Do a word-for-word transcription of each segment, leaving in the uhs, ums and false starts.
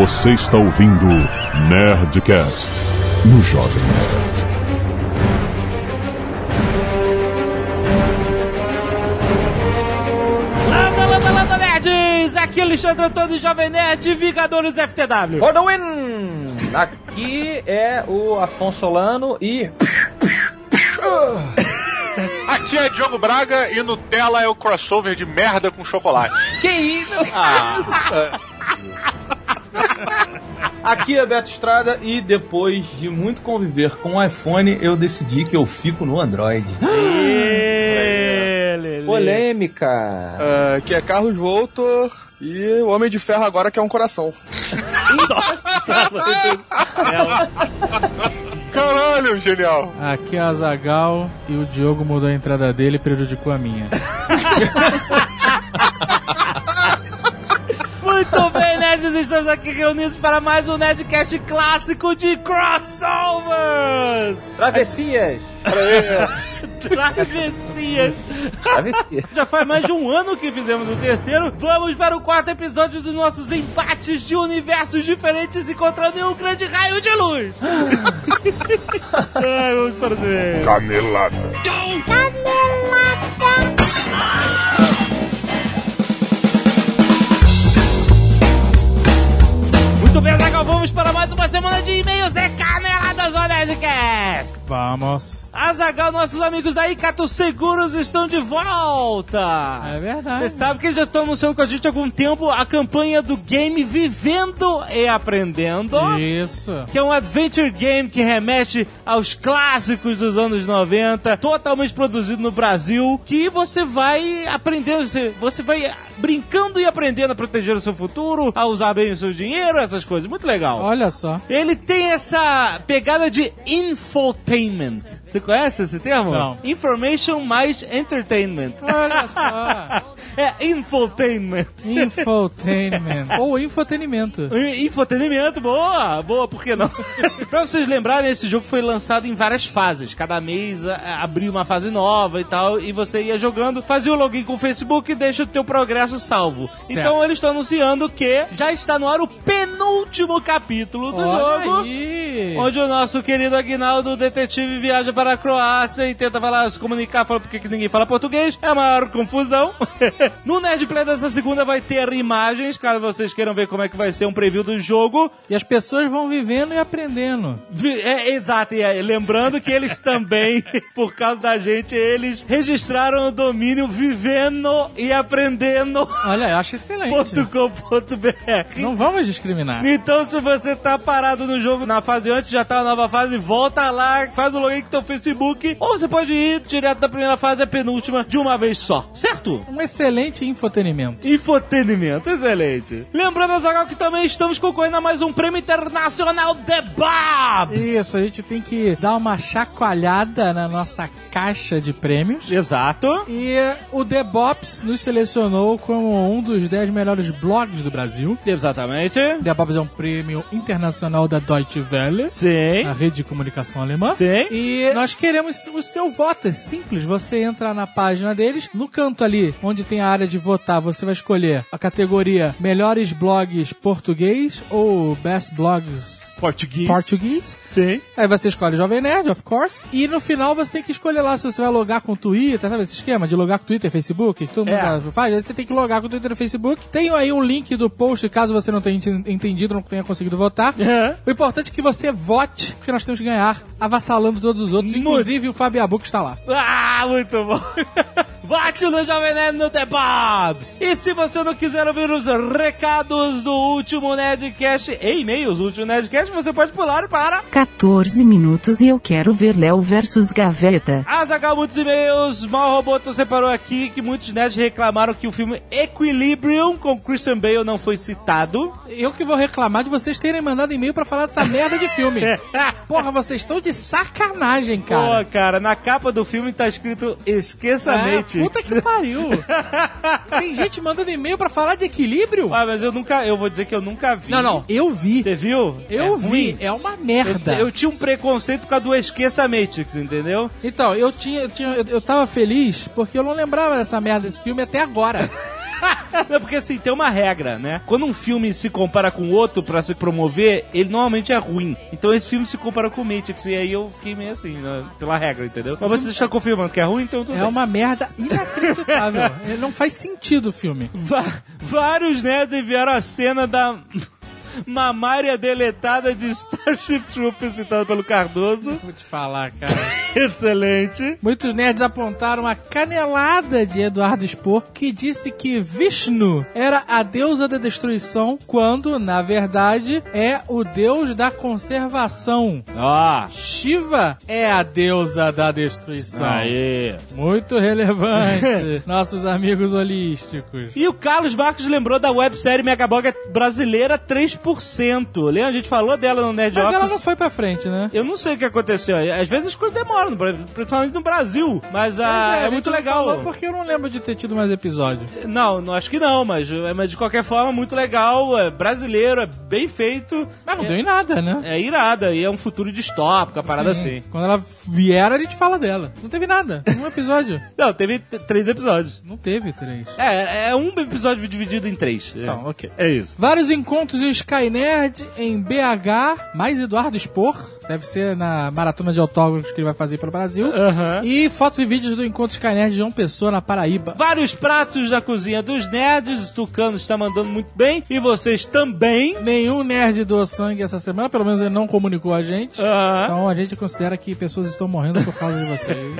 Você está ouvindo Nerdcast no Jovem Nerd. Landa, landa, landa, nerds! Aqui é Alexandre Antônio, Jovem Nerd, Vingadores F T W. For the win! Aqui é o Afonso Solano e... Aqui é Diogo Braga e Nutella é o crossover de merda com chocolate. Que isso? Ah. Aqui é Beto Estrada e depois de muito conviver com o iPhone, eu decidi que eu fico no Android. Polêmica. Uh, aqui é Carlos Voltor e o Homem de Ferro agora quer um coração. Caralho, genial. Aqui é o Azaghal e o Diogo mudou a entrada dele e prejudicou a minha. Muito bem, nerds, estamos aqui reunidos para mais um Nerdcast clássico de crossovers! Travessias! Travessias! Travessias! Já faz mais de um ano que fizemos o terceiro. Vamos para o quarto episódio dos nossos embates de universos diferentes encontrando em um grande raio de luz! Ai, vamos para o ver. Canelada. Canelada! Muito bem, Azaghal, vamos para mais uma semana de e-mails e caneladas ao Nerdcast. Vamos. Azaghal, nossos amigos da Icato Seguros estão de volta. É verdade. Você sabe que eles já estão anunciando com a gente há algum tempo a campanha do game Vivendo e Aprendendo. Isso. Que é um adventure game que remete aos clássicos dos anos noventa, totalmente produzido no Brasil, que você vai aprendendo, você, você vai brincando e aprendendo a proteger o seu futuro, a usar bem o seu dinheiro, essas coisas. Muito legal. Olha só. Ele tem essa pegada de infotainment. Você conhece esse termo? Não. Information mais entertainment. Olha só. É infotainment. Infotainment. Ou infotenimento. Infotenimento, boa, boa, por que não? Pra vocês lembrarem, esse jogo foi lançado em várias fases. Cada mês a, abriu uma fase nova e tal, e você ia jogando, fazia o login com o Facebook e deixa o teu progresso salvo. Certo. Então eles estão anunciando que já está no ar o penúltimo capítulo do Olha jogo. Aí. Onde o nosso querido Aguinaldo, detetive, viaja para a Croácia e tenta falar, se comunicar, fala porque ninguém fala português. É a maior confusão. No Nerd Play dessa segunda vai ter imagens, caso vocês queiram ver como é que vai ser um preview do jogo. E as pessoas vão vivendo e aprendendo. É, exato, e é, lembrando que eles também, por causa da gente, eles registraram o domínio vivendo e aprendendo. Olha, eu acho excelente. .com.br. Não vamos discriminar. Então, se você tá parado no jogo na fase antes, já tá na nova fase, volta lá, faz o login com o teu Facebook, ou você pode ir direto da primeira fase à penúltima de uma vez só, certo? Um excelente infotenimento. Infotenimento, excelente. Lembrando, Azaghal, que também estamos concorrendo a mais um prêmio internacional The Bobs. Isso, a gente tem que dar uma chacoalhada na nossa caixa de prêmios. Exato. E o The Bobs nos selecionou como um dos dez melhores blogs do Brasil. Exatamente. The Bobs é um prêmio internacional da Deutsche Welle. Sim. A rede de comunicação alemã. Sim. E nós queremos o seu voto. É simples. Você entra na página deles, no canto ali, onde tem a área de votar, você vai escolher a categoria Melhores Blogs Português ou Best Blogs Português. Português. Sim. Aí você escolhe Jovem Nerd, of course. E no final você tem que escolher lá se você vai logar com o Twitter, sabe esse esquema de logar com o Twitter, Facebook, que todo mundo É. faz. Aí você tem que logar com o Twitter e Facebook. Tem aí um link do post, caso você não tenha entendido, não tenha conseguido votar. Uhum. O importante é que você vote, porque nós temos que ganhar avassalando todos os outros, Muito. inclusive o Fabiabu que está lá. Ah, muito bom. Bate no Jovem Nerd no The Bobs. E se você não quiser ouvir os recados do último Nerdcast, e e-mails do último Nerdcast, você pode pular para quatorze minutos e eu quero ver Léo versus Gaveta. Azaghal, muitos e-mails. Mal Roboto separou aqui que muitos nerds reclamaram que o filme Equilibrium com Christian Bale não foi citado. Eu que vou reclamar de vocês terem mandado e-mail pra falar dessa merda de filme. Porra, vocês estão de sacanagem, cara. Pô, cara, na capa do filme tá escrito Esqueça É, Matrix. puta que pariu. Tem gente mandando e-mail pra falar de equilíbrio? Ah, mas eu nunca, eu vou dizer que eu nunca vi. Não, não, eu vi. Você viu? Eu É vi. ruim. É uma merda. Eu, eu tinha um preconceito por causa do Esqueça Matrix, entendeu? Então, eu tinha, eu tinha, eu, eu tava feliz porque eu não lembrava dessa merda desse filme até agora. Não, porque assim, tem uma regra, né? Quando um filme se compara com outro pra se promover, ele normalmente é ruim. Então esse filme se compara com o Matrix, e aí eu fiquei meio assim, né? Pela regra, entendeu? Mas você está confirmando que é ruim, então tudo É bem. uma merda inacreditável. Não faz sentido o filme. Va- vários nerds enviaram a cena da mamária deletada de Starship Troopers citada pelo Cardoso. Vou te falar, cara. Excelente. Muitos nerds apontaram a canelada de Eduardo Spohr, que disse que Vishnu era a deusa da destruição, quando, na verdade, é o deus da conservação. Ó. Shiva é a deusa da destruição. Aí. Muito relevante. Nossos amigos holísticos. E o Carlos Marcos lembrou da websérie Megaboga brasileira três por cento. Lembra? A gente falou dela no Nerd Mas Office. ela não foi pra frente, né? Eu não sei o que aconteceu. Às vezes as coisas demoram, principalmente no Brasil. Mas ah, Pois é, a muito gente não legal. falou porque eu não lembro de ter tido mais episódio. Não, não acho que não, mas, mas de qualquer forma, muito legal. É brasileiro, é bem feito. Mas não é, deu em nada, né? É irada. E é um futuro distópico, a parada Sim. assim. Quando ela vier, a gente fala dela. Não teve nada. Um episódio. Não, teve t- três episódios. Não teve três. É, é um episódio dividido em três. Então, é. ok. É isso. Vários encontros em Skynerd em B H, mais Eduardo Spohr, deve ser na maratona de autógrafos que ele vai fazer pelo Brasil. Aham. E fotos e vídeos do encontro Skynerd de João Pessoa, na Paraíba. Vários pratos da cozinha dos nerds. O Tucano está mandando muito bem. E vocês também. Nenhum nerd doou sangue essa semana, pelo menos ele não comunicou a gente. Aham. Então a gente considera que pessoas estão morrendo por causa de vocês.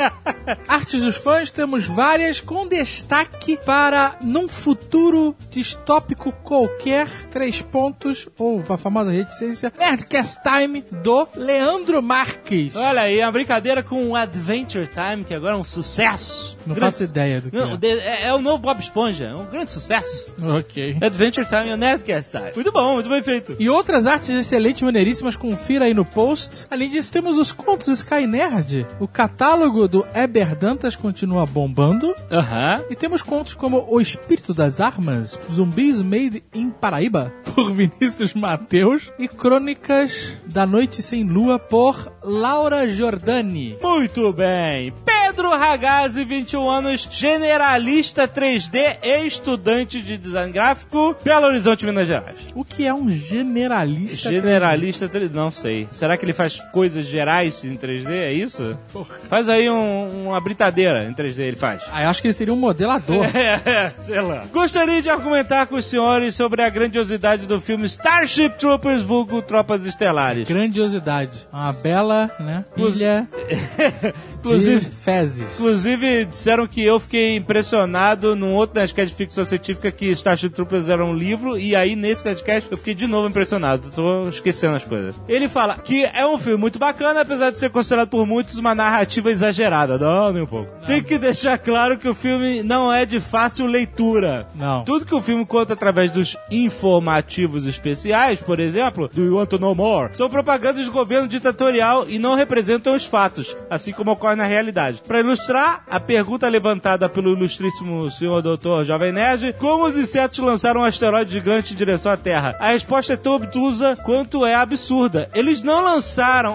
Artes dos fãs, temos várias, com destaque para num futuro distópico qualquer, três pontos, ou a famosa reticência, Nerdcast Time, do Leandro Marques. Olha aí, uma brincadeira com o Adventure Time, que agora é um sucesso. Não Grande- faço ideia do que Não, é. de- é. É o novo Bob Esponja, é um grande sucesso. Ok. Adventure Time e o Nerdcast Time. Muito bom, muito bem feito. E outras artes excelentes, maneiríssimas, confira aí no post. Além disso, temos os contos Sky Nerd. O catálogo do Eber Dantas continua bombando. Aham. E temos contos como O Espírito das Armas, Zumbis Made in Paraíba, por Vinícius Mateus, e Crônicas da Noite Sem Lua, por Laura Giordani. Muito bem. Pedro Ragazzi, vinte e um anos, generalista três D e estudante de design gráfico, Belo Horizonte, Minas Gerais. O que é um generalista? Generalista três D, não sei. Será que ele faz coisas gerais em três D? É isso? Porra. Faz aí um- uma britadeira em três D, ele faz. Ah, eu acho que ele seria um modelador. É, sei lá. Gostaria de argumentar com os senhores sobre a grandiosidade do filme Starship Troopers, vulgo Tropas Estelares. Grandiosidade. Uma bela, né, ilha Inclusive, de fezes. inclusive, disseram que eu fiquei impressionado num outro Nerdcast de ficção científica que Starship Troopers era um livro, e aí nesse Nerdcast eu fiquei de novo impressionado. Tô esquecendo as coisas. Ele fala que é um filme muito bacana, apesar de ser considerado por muitos uma narrativa exagerada. Não, nem um pouco. Tem que deixar claro que o filme não é de fácil leitura. Não. Tudo que o filme conta através dos informativos especiais, por exemplo, do You Want to Know More, são propagandas do governo ditatorial e não representam os fatos, assim como ocorre na realidade. Para ilustrar, a pergunta levantada pelo ilustríssimo senhor doutor Jovem Nerd: como os insetos lançaram um asteroide gigante em direção à Terra? A resposta é tão obtusa quanto é absurda. Eles não lançaram...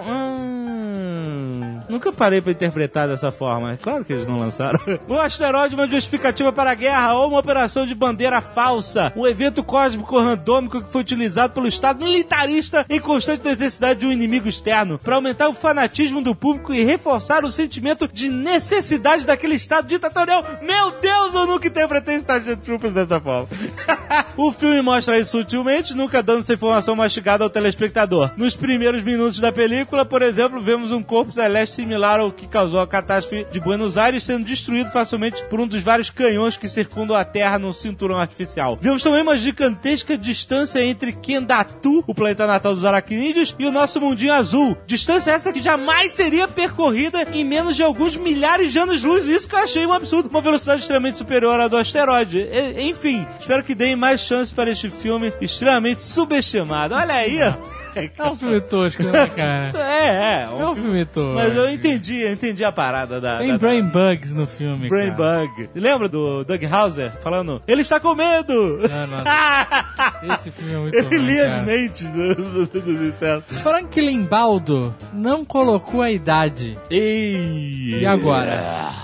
Hum... Nunca parei pra interpretar dessa forma. É claro que eles não lançaram. O asteroide é uma justificativa para a guerra ou uma operação de bandeira falsa. Um evento cósmico randômico que foi utilizado pelo Estado militarista em constante necessidade de um inimigo externo para aumentar o fanatismo do público e reforçar o sentimento de necessidade daquele Estado ditatorial. Meu Deus, eu nunca interpretei Starship Troopers dessa forma. O filme mostra isso sutilmente, nunca dando essa informação mastigada ao telespectador. Nos primeiros minutos da película, por exemplo, vemos um corpo celeste similar ao que causou a catástrofe de Buenos Aires sendo destruído facilmente por um dos vários canhões que circundam a Terra num cinturão artificial. Vemos também uma gigantesca distância entre Kendatu, o planeta natal dos aracnídeos, e o nosso mundinho azul. Distância essa que jamais seria percorrida em menos de alguns milhares de anos-luz. Isso que eu achei um absurdo. Uma velocidade extremamente superior à do asteroide. E, enfim, espero que deem mais chance para este filme extremamente subestimado. Olha aí, ó. É um filme tosco, né, cara? É, é. É um filme tosco. Mas eu entendi, eu entendi a parada da... Tem da, brain da... bugs no filme, Brain cara. Bug. Lembra do Doug Hauser falando, ele está com medo? Não, não. Esse filme é muito Ele ruim, lia cara. as mentes do- do- do- dos insetos. Franklin Baldo não colocou a idade. E... E agora?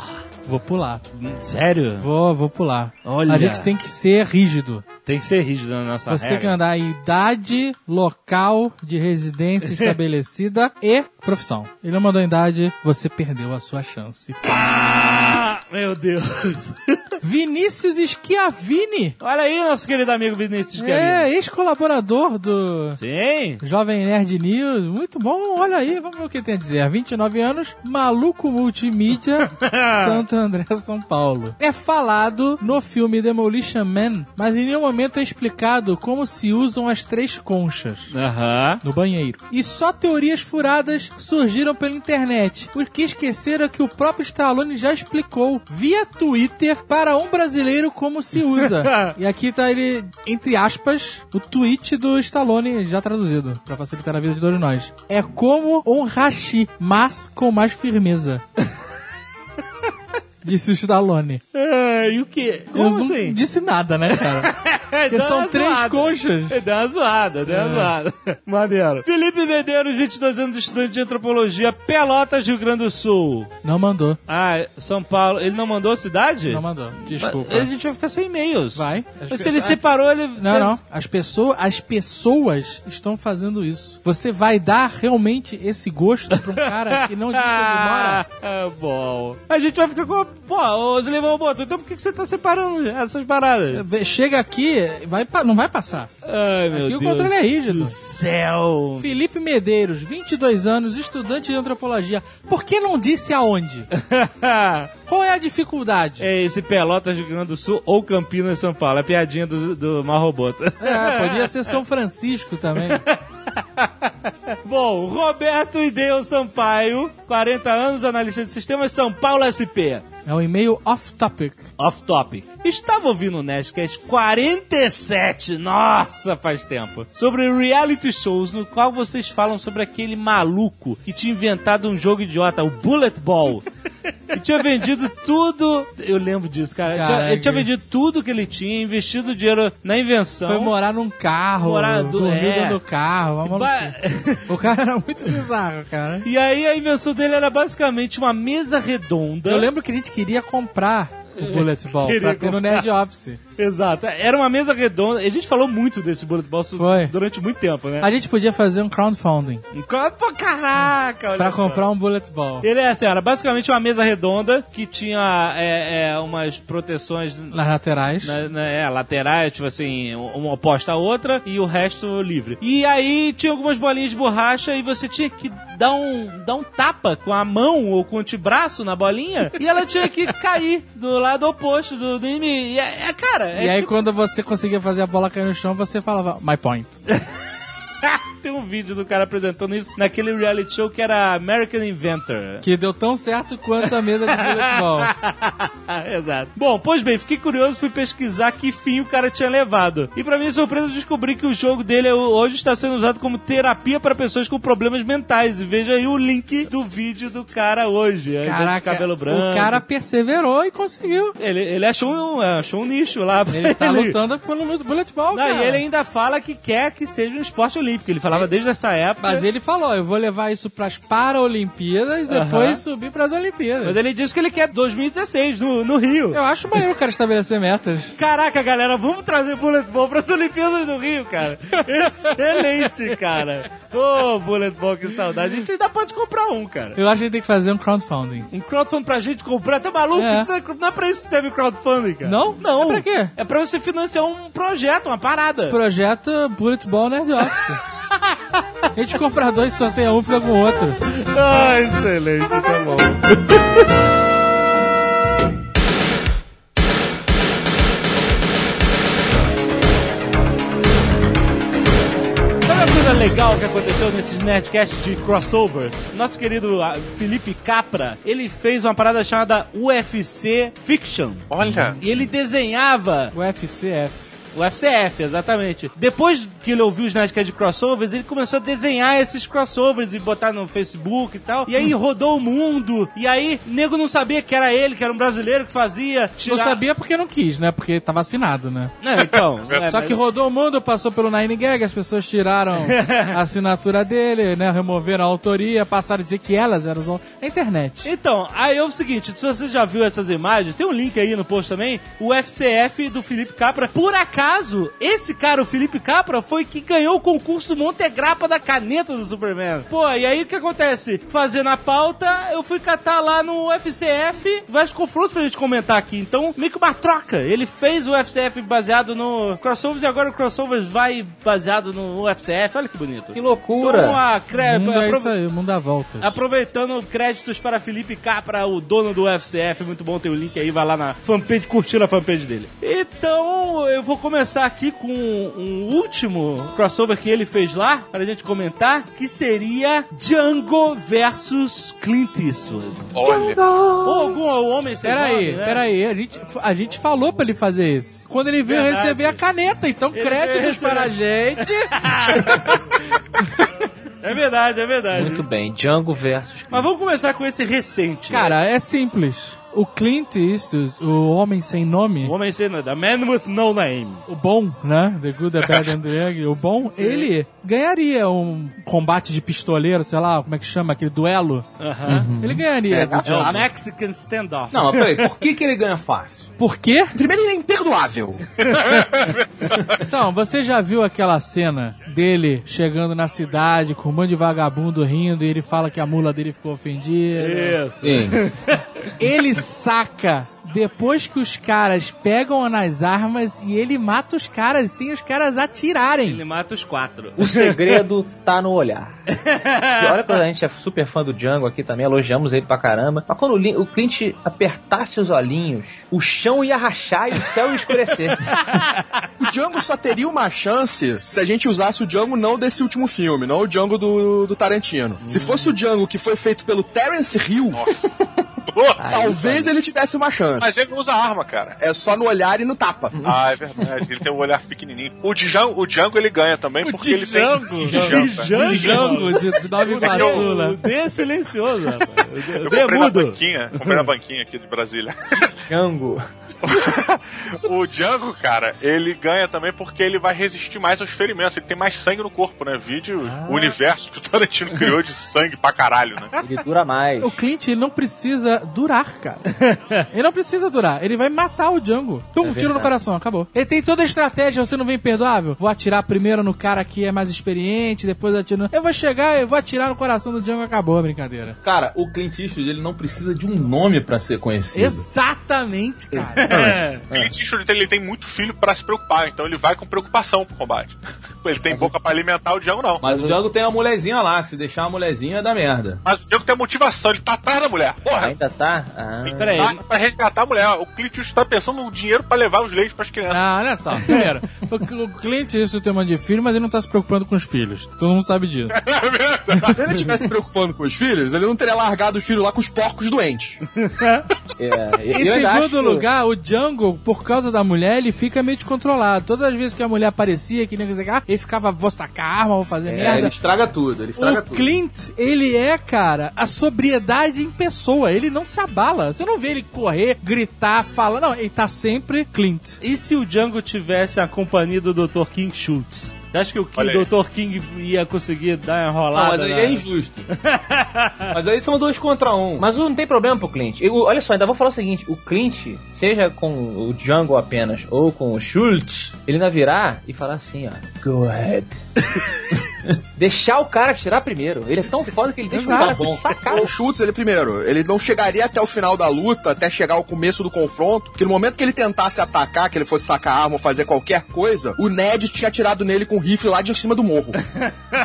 Vou pular. Sério? Vou, vou pular. Olha. A gente tem que ser rígido. Tem que ser rígido na nossa Você regra. tem que andar em idade, local de residência estabelecida e profissão. Ele não mandou em idade, você perdeu a sua chance. Ah, meu Deus. Vinícius Schiavini. Olha aí, nosso querido amigo Vinícius Schiavini. É, ex-colaborador do Sim. Jovem Nerd News. Muito bom, olha aí, vamos ver o que tem a dizer. vinte e nove anos, maluco multimídia, Santo André, São Paulo. É falado no filme Demolition Man, mas em nenhum momento é explicado como se usam as três conchas Aham. no banheiro. E só teorias furadas surgiram pela internet. O que esqueceram é que o próprio Stallone já explicou via Twitter para um brasileiro como se usa. E aqui tá ele, entre aspas, o tweet do Stallone já traduzido, pra facilitar a vida de todos nós. É como um hashi, mas com mais firmeza. Disse o Stallone. É, e o quê? Eu Como não assim? disse nada, né, cara? Porque Dá são uma três zoada. conchas. Deu uma zoada, deu uma zoada. Maneiro. Felipe Medeiros, vinte e dois anos, estudante de antropologia, Pelotas, Rio Grande do Sul. Não mandou. Ah, São Paulo. Ele não mandou a cidade? Não mandou. Desculpa. Mas a gente vai ficar sem e-mails. Vai. Mas se ele separou, ele... Não, não. As pessoas, as pessoas estão fazendo isso. Você vai dar realmente esse gosto pra um cara que não disse onde mora? Ah, bom. A gente vai ficar com... Pô, ô Zulivão Boto, então por que que você tá separando essas paradas? Chega aqui, vai, pa- não vai passar. Ai, meu Aqui o Deus controle é rígido. do céu. Felipe Medeiros, vinte e dois anos, estudante de antropologia. Por que não disse aonde? Qual é a dificuldade? É esse Pelotas, Rio Grande do Sul ou Campinas, São Paulo. É a piadinha do, do Marrobota. É, podia ser São Francisco também. Bom, Roberto Ideu Sampaio, quarenta anos, analista de sistemas, São Paulo S P. É um e-mail off-topic. Off topic. Estava ouvindo o Nerdcast quarenta e sete, nossa, faz tempo, sobre reality shows, no qual vocês falam sobre aquele maluco que tinha inventado um jogo idiota, o Bullet Ball. E tinha vendido tudo. Eu lembro disso, cara. Ele tinha, ele tinha vendido tudo que ele tinha, investido dinheiro na invenção. Foi morar num carro, Morar do- dormiu é. dentro do carro. uma Ba- maluquice. O cara era muito bizarro, cara. E aí a invenção dele era basicamente uma mesa redonda. Eu lembro que a gente queria comprar o Bullet Ball Queria pra ter no comprar. Nerd Office. Exato. Era uma mesa redonda. A gente falou muito desse Bullet Ball Foi. durante muito tempo, né? A gente podia fazer um crowdfunding Um crowd- Pô, caraca! olha pra só. comprar um Bullet Ball. Ele é assim, era basicamente uma mesa redonda que tinha é, é, umas proteções Nas laterais. na, na- é, laterais, tipo assim, uma oposta à outra e o resto livre. E aí tinha algumas bolinhas de borracha e você tinha que dar um, dar um tapa com a mão ou com o antebraço na bolinha e ela tinha que cair do lado oposto do, do inimigo. E é, é, cara, é E aí tipo- quando você conseguia fazer a bola cair no chão, você falava, my point. Tem um vídeo do cara apresentando isso naquele reality show que era American Inventor. Que deu tão certo quanto a mesa de Bullet Ball. Exato. Bom, pois bem, fiquei curioso, fui pesquisar que fim o cara tinha levado. E pra minha surpresa, eu descobri que o jogo dele hoje está sendo usado como terapia para pessoas com problemas mentais. E veja aí o link do vídeo do cara hoje. Aí, Caraca, cabelo branco. o cara perseverou e conseguiu. Ele, ele achou, um, achou um nicho lá. pra Ele tá lutando pelo Bullet Ball, Não, cara. e ele ainda fala que quer que seja um esporte olímpico. Ele falava desde essa época. Mas ele falou, eu vou levar isso pras Paralimpíadas e depois Aham. subir pras Olimpíadas. Mas ele disse que ele quer dois mil e dezesseis no, no Rio. Eu acho maneiro o cara estabelecer metas. Caraca, galera, vamos trazer Bullet Ball pra Olimpíadas do Rio, cara. Excelente, cara. Ô, oh, Bullet Ball, que saudade. A gente ainda pode comprar um, cara. Eu acho que a gente tem que fazer um crowdfunding. Um crowdfunding pra gente comprar. Tá maluco? É. Isso não, é, não é pra isso que serve o crowdfunding, cara. Não? Não. É pra quê? É pra você financiar um projeto, uma parada. Projeto Bullet Ball Nerd Office. A gente compra dois, sorteia um, fica com o outro. Ah, excelente, tá bom. Sabe uma coisa legal que aconteceu nesses Nerdcasts de crossover? Nosso querido ah, Felipe Capra, ele fez uma parada chamada U F C Fiction. Olha. E ele desenhava O F C F. O F C F, exatamente. Depois que ele ouviu os Nerdcast de crossovers, ele começou a desenhar esses crossovers e botar no Facebook e tal. E aí rodou o mundo. E aí, nego não sabia que era ele, que era um brasileiro que fazia. Tirar... Não sabia porque não quis, né? Porque tá vacinado, né? Não, então. é, Só mas... que rodou o mundo, passou pelo Nine Gag, as pessoas tiraram a assinatura dele, né? Removeram a autoria, passaram a dizer que elas eram os... a internet. Então, aí é o seguinte, se você já viu essas imagens, tem um link aí no post também, o F C F do Felipe Capra. Por acaso, esse cara, o Felipe Capra, foi que ganhou o concurso do Montegrappa da caneta do Superman. Pô, e aí o que acontece? Fazendo a pauta, eu fui catar lá no F C F vários confrontos pra gente comentar aqui. Então, meio que uma troca. Ele fez o F C F baseado no crossovers e agora o crossovers vai baseado no F C F. Olha que bonito. Que loucura. Então, a cre... O mundo é Apro... isso aí, o mundo dá voltas. Aproveitando créditos para Felipe Capra, o dono do U F C F, muito bom, tem o link aí, vai lá na fanpage, curtir a fanpage dele. Então, eu vou começar aqui com um último crossover que ele fez lá, para a gente comentar, que seria Django versus Clint Eastwood. Olha. Ou algum homem sem Peraí, nome, né? peraí, a gente, a gente falou pra ele fazer esse. Quando ele veio Verdade. receber a caneta, então Ele créditos veio para a gente. É verdade, é verdade. Muito bem, Django versus... Mas vamos começar com esse recente. Cara, é simples. O Clint Eastwood, o homem sem nome, O homem sem nome, The Man with No Name. o bom, né? The Good, The Bad and The Ugly, o bom, ele ganharia um combate de pistoleiro, sei lá, como é que chama, aquele duelo. Aham. Ele ganharia. É, É o fácil. Mexican Standoff. Não, mas peraí, por que, que ele ganha fácil? Por quê? Primeiro, ele é imperdoável. Então, você já viu aquela cena dele chegando na cidade com um monte de vagabundo rindo e ele fala que a mula dele ficou ofendida? Isso. Sim. Ele saca depois que os caras pegam nas armas e ele mata os caras sem os caras atirarem. Ele mata os quatro. O segredo tá no olhar. E olha que a gente é super fã do Django aqui também, elogiamos ele pra caramba. Mas quando o, Lin- o Clint apertasse os olhinhos, o chão ia rachar e o céu ia escurecer. O Django só teria uma chance se a gente usasse o Django não desse último filme, não o Django do, do Tarantino. Hum. Se fosse o Django que foi feito pelo Terence Hill, talvez ele tivesse uma chance. Mas ele não usa arma, cara. É só no olhar e no tapa. Ah, é verdade. Ele tem um olhar pequenininho. O Django, o Django ele ganha também, O porque Django? ele tem... Django, cara. Django de Nova O Iguaçula. D é silencioso, rapaz. O Eu D é comprei na mudo. banquinha, comprei na banquinha aqui de Brasília. Django. O Django, cara, ele ganha também porque ele vai resistir mais aos ferimentos. Ele tem mais sangue no corpo, né? Vídeo Ah. o universo que o Tarantino criou de sangue pra caralho, né? Ele dura mais. O Clint, ele não precisa durar, cara. Ele não precisa durar. Ele vai matar o Django. Pum, tiro no coração, acabou. Ele tem toda a estratégia, você não vem imperdoável? Vou atirar primeiro no cara que é mais experiente, depois atiro no... Eu vou chegar, eu vou atirar no coração do Django, acabou a brincadeira. Cara, o Clint Eastwood, ele não precisa de um nome pra ser conhecido. Exatamente, cara. É. O Clint Eastwood, ele tem muito filho pra se preocupar, então ele vai com preocupação pro combate. Ele tem boca pra alimentar, o Django não. Mas o Django tem uma mulherzinha lá, que se deixar uma mulherzinha dá merda. Mas o Django tem motivação, ele tá atrás da mulher. Porra, Ainda tá? Ah. ele Peraí. tá pra resgatar a mulher. O Clint Eastwood tá pensando no dinheiro pra levar os leites pras crianças. Ah, olha só. Primeiro, o o Clint Eastwood tem um monte de filho, mas ele não tá se preocupando com os filhos. Todo mundo sabe disso. Se ele estivesse se preocupando com os filhos, ele não teria largado os filhos lá com os porcos doentes. É, Em eu ainda segundo acho- lugar, o Django, por causa da mulher, ele fica meio descontrolado. Todas as vezes que a mulher aparecia, que nem que ah, ele ficava, vou sacar a arma, vou fazer É, merda. ele estraga tudo, ele estraga O tudo. Clint, ele é, cara, a sobriedade em pessoa. Ele não se abala. Você não vê ele correr, gritar, falar. Não, ele tá sempre Clint. E se o Django tivesse a companhia do doutor King Schultz? Você acha que o Olha aí. doutor King ia conseguir dar uma enrolada? Não, mas aí na- é injusto. Mas aí são dois contra um. Mas não tem problema pro Clint. Eu- olha só, ainda vou falar o seguinte: o Clint, seja com o Django apenas ou com o Schultz, ele vai virar e falar assim, ó: Go ahead. Deixar o cara tirar primeiro. Ele é tão foda que ele deixa Exato. o cara Bom. sacar. O Schultz, ele primeiro, ele não chegaria até o final da luta, até chegar ao começo do confronto, porque no momento que ele tentasse atacar, que ele fosse sacar a arma ou fazer qualquer coisa, o Ned tinha atirado nele com o rifle lá de cima do morro.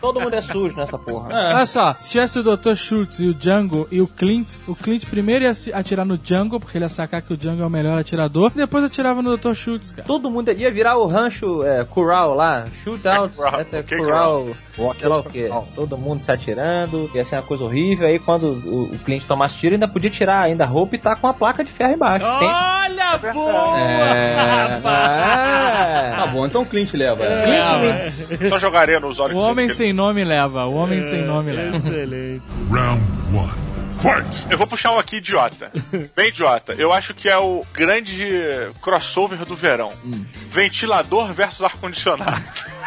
Todo mundo é sujo nessa porra. É. Olha só, se tivesse o doutor Schultz e o Django e o Clint, o Clint primeiro ia se atirar no Django, porque ele ia sacar que o Django é o melhor atirador, e depois atirava no doutor Schultz, cara. Todo mundo ia virar o rancho é, Curral lá, shootout, É, Curral, até ok, Curral, Curral. sei lá o que. Todo mundo se atirando, ia ser uma coisa horrível. Aí quando o, o cliente tomasse tiro, ainda podia tirar ainda a roupa e tá com a placa de ferro embaixo. Tem... Olha, boa! É. Ah, Tá bom, então o Clint leva. É. Clint, Só jogaria nos olhos O homem dele. sem nome leva, o homem sem nome leva. Excelente. Round one. Fight! Eu vou puxar um aqui idiota. Bem idiota. Eu acho que é o grande crossover do verão. Hum. Ventilador versus ar-condicionado.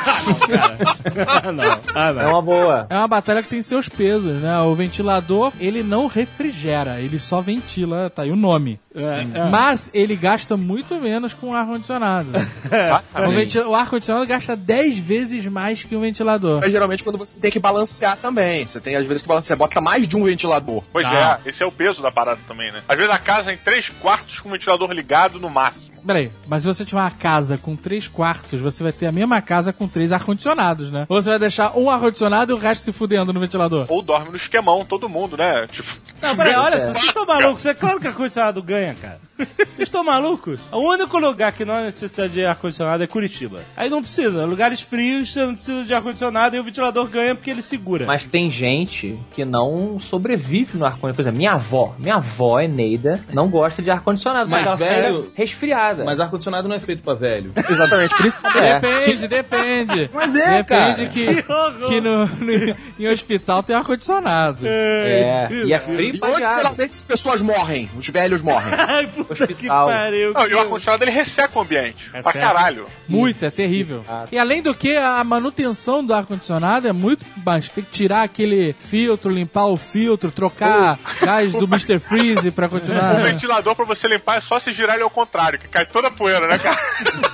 Ah, não. Ah, é não. uma boa. É uma batalha que tem seus pesos, né? O ventilador, ele não refrigera, ele só ventila, tá aí o nome. É, é. Mas ele gasta muito menos com o ar-condicionado. O, venti- o ar-condicionado gasta dez vezes mais que o ventilador. Mas geralmente quando você tem que balancear também. Você tem às vezes que balancear, bota mais de um ventilador. Pois Tá. é, esse é o peso da parada também, né? Às vezes a casa tem três quartos com o ventilador ligado no máximo. Peraí, mas se você tiver uma casa com três quartos, você vai ter a mesma casa com três ar-condicionados, né? Ou você vai deixar um ar-condicionado e o resto se fudendo no ventilador. Ou dorme no esquemão, todo mundo, né? Tipo, Não, peraí, olha só, vocês estão malucos? É claro que ar-condicionado ganha, cara. Vocês estão malucos? O único lugar que não há necessidade de ar-condicionado é Curitiba. Aí não precisa. Lugares frios, você não precisa de ar-condicionado e o ventilador ganha porque ele segura. Mas tem gente que não sobrevive no ar-condicionado. Por exemplo, minha avó, minha avó, Eneida, não gosta de ar-condicionado. Mas, porque ela velho, fica resfriada. Mas ar-condicionado não é feito pra velho. Exatamente, por isso que É. Depende, depende. Mas é, Depende cara. que, que no, no- em hospital tem ar-condicionado. É, e é frio E pra onde diabo. geralmente as pessoas morrem, os velhos morrem. Ai, puta Hospital. que pariu. não, e o ar-condicionado ele resseca o ambiente. Pra Resseca. caralho. Muito, é terrível. E além do que, a manutenção do ar-condicionado é muito baixa. Tem que tirar aquele filtro, limpar o filtro, trocar gás do mister Freeze pra continuar. O ventilador pra você limpar é só se girar ele ao contrário, que cai toda a poeira, né, cara?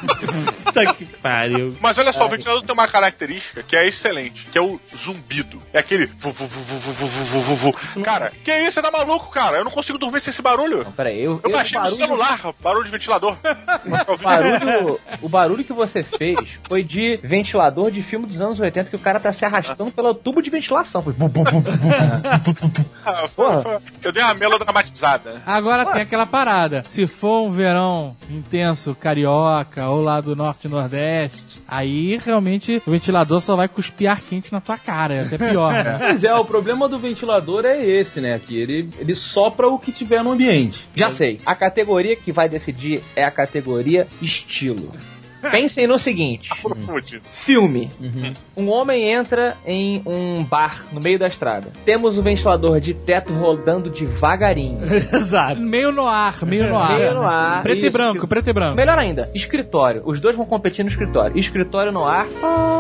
Puta que pariu. Mas olha só, o ventilador tem uma característica que é excelente, que é o zumbido. É aquele vu, vu, vu, vu, vu, vu, vu, vu, vu. Cara, que isso? Você tá maluco, cara? Eu não consigo dormir sem esse barulho. Não, peraí, eu, Eu eu, baixei o no barulho, celular, barulho de ventilador. o barulho, o barulho que você fez foi de ventilador de filme dos anos oitenta, que o cara tá se arrastando pelo tubo de ventilação. Foi bum, bum, bum, bum, bum. Ah, foi- foi- Eu dei uma melodramatizada. Agora tem aquela parada. Se for um verão intenso, carioca, ou lá do norte e nordeste, aí realmente o ventilador só vai cuspir ar quente na tua cara. É até pior, né? Pois é, o problema do ventilador é esse, né? Que ele, ele sopra o que tiver no ambiente. Já sei. A categoria que vai decidir é a categoria estilo. Pensem no seguinte. Profundo. Filme. Um homem entra em um bar no meio da estrada. Temos o ventilador de teto rodando devagarinho. Exato. Meio no ar, meio no ar. Meio no ar. Preto e Isso. branco, preto e branco. Melhor ainda, escritório. Os dois vão competir no escritório. Escritório no ar.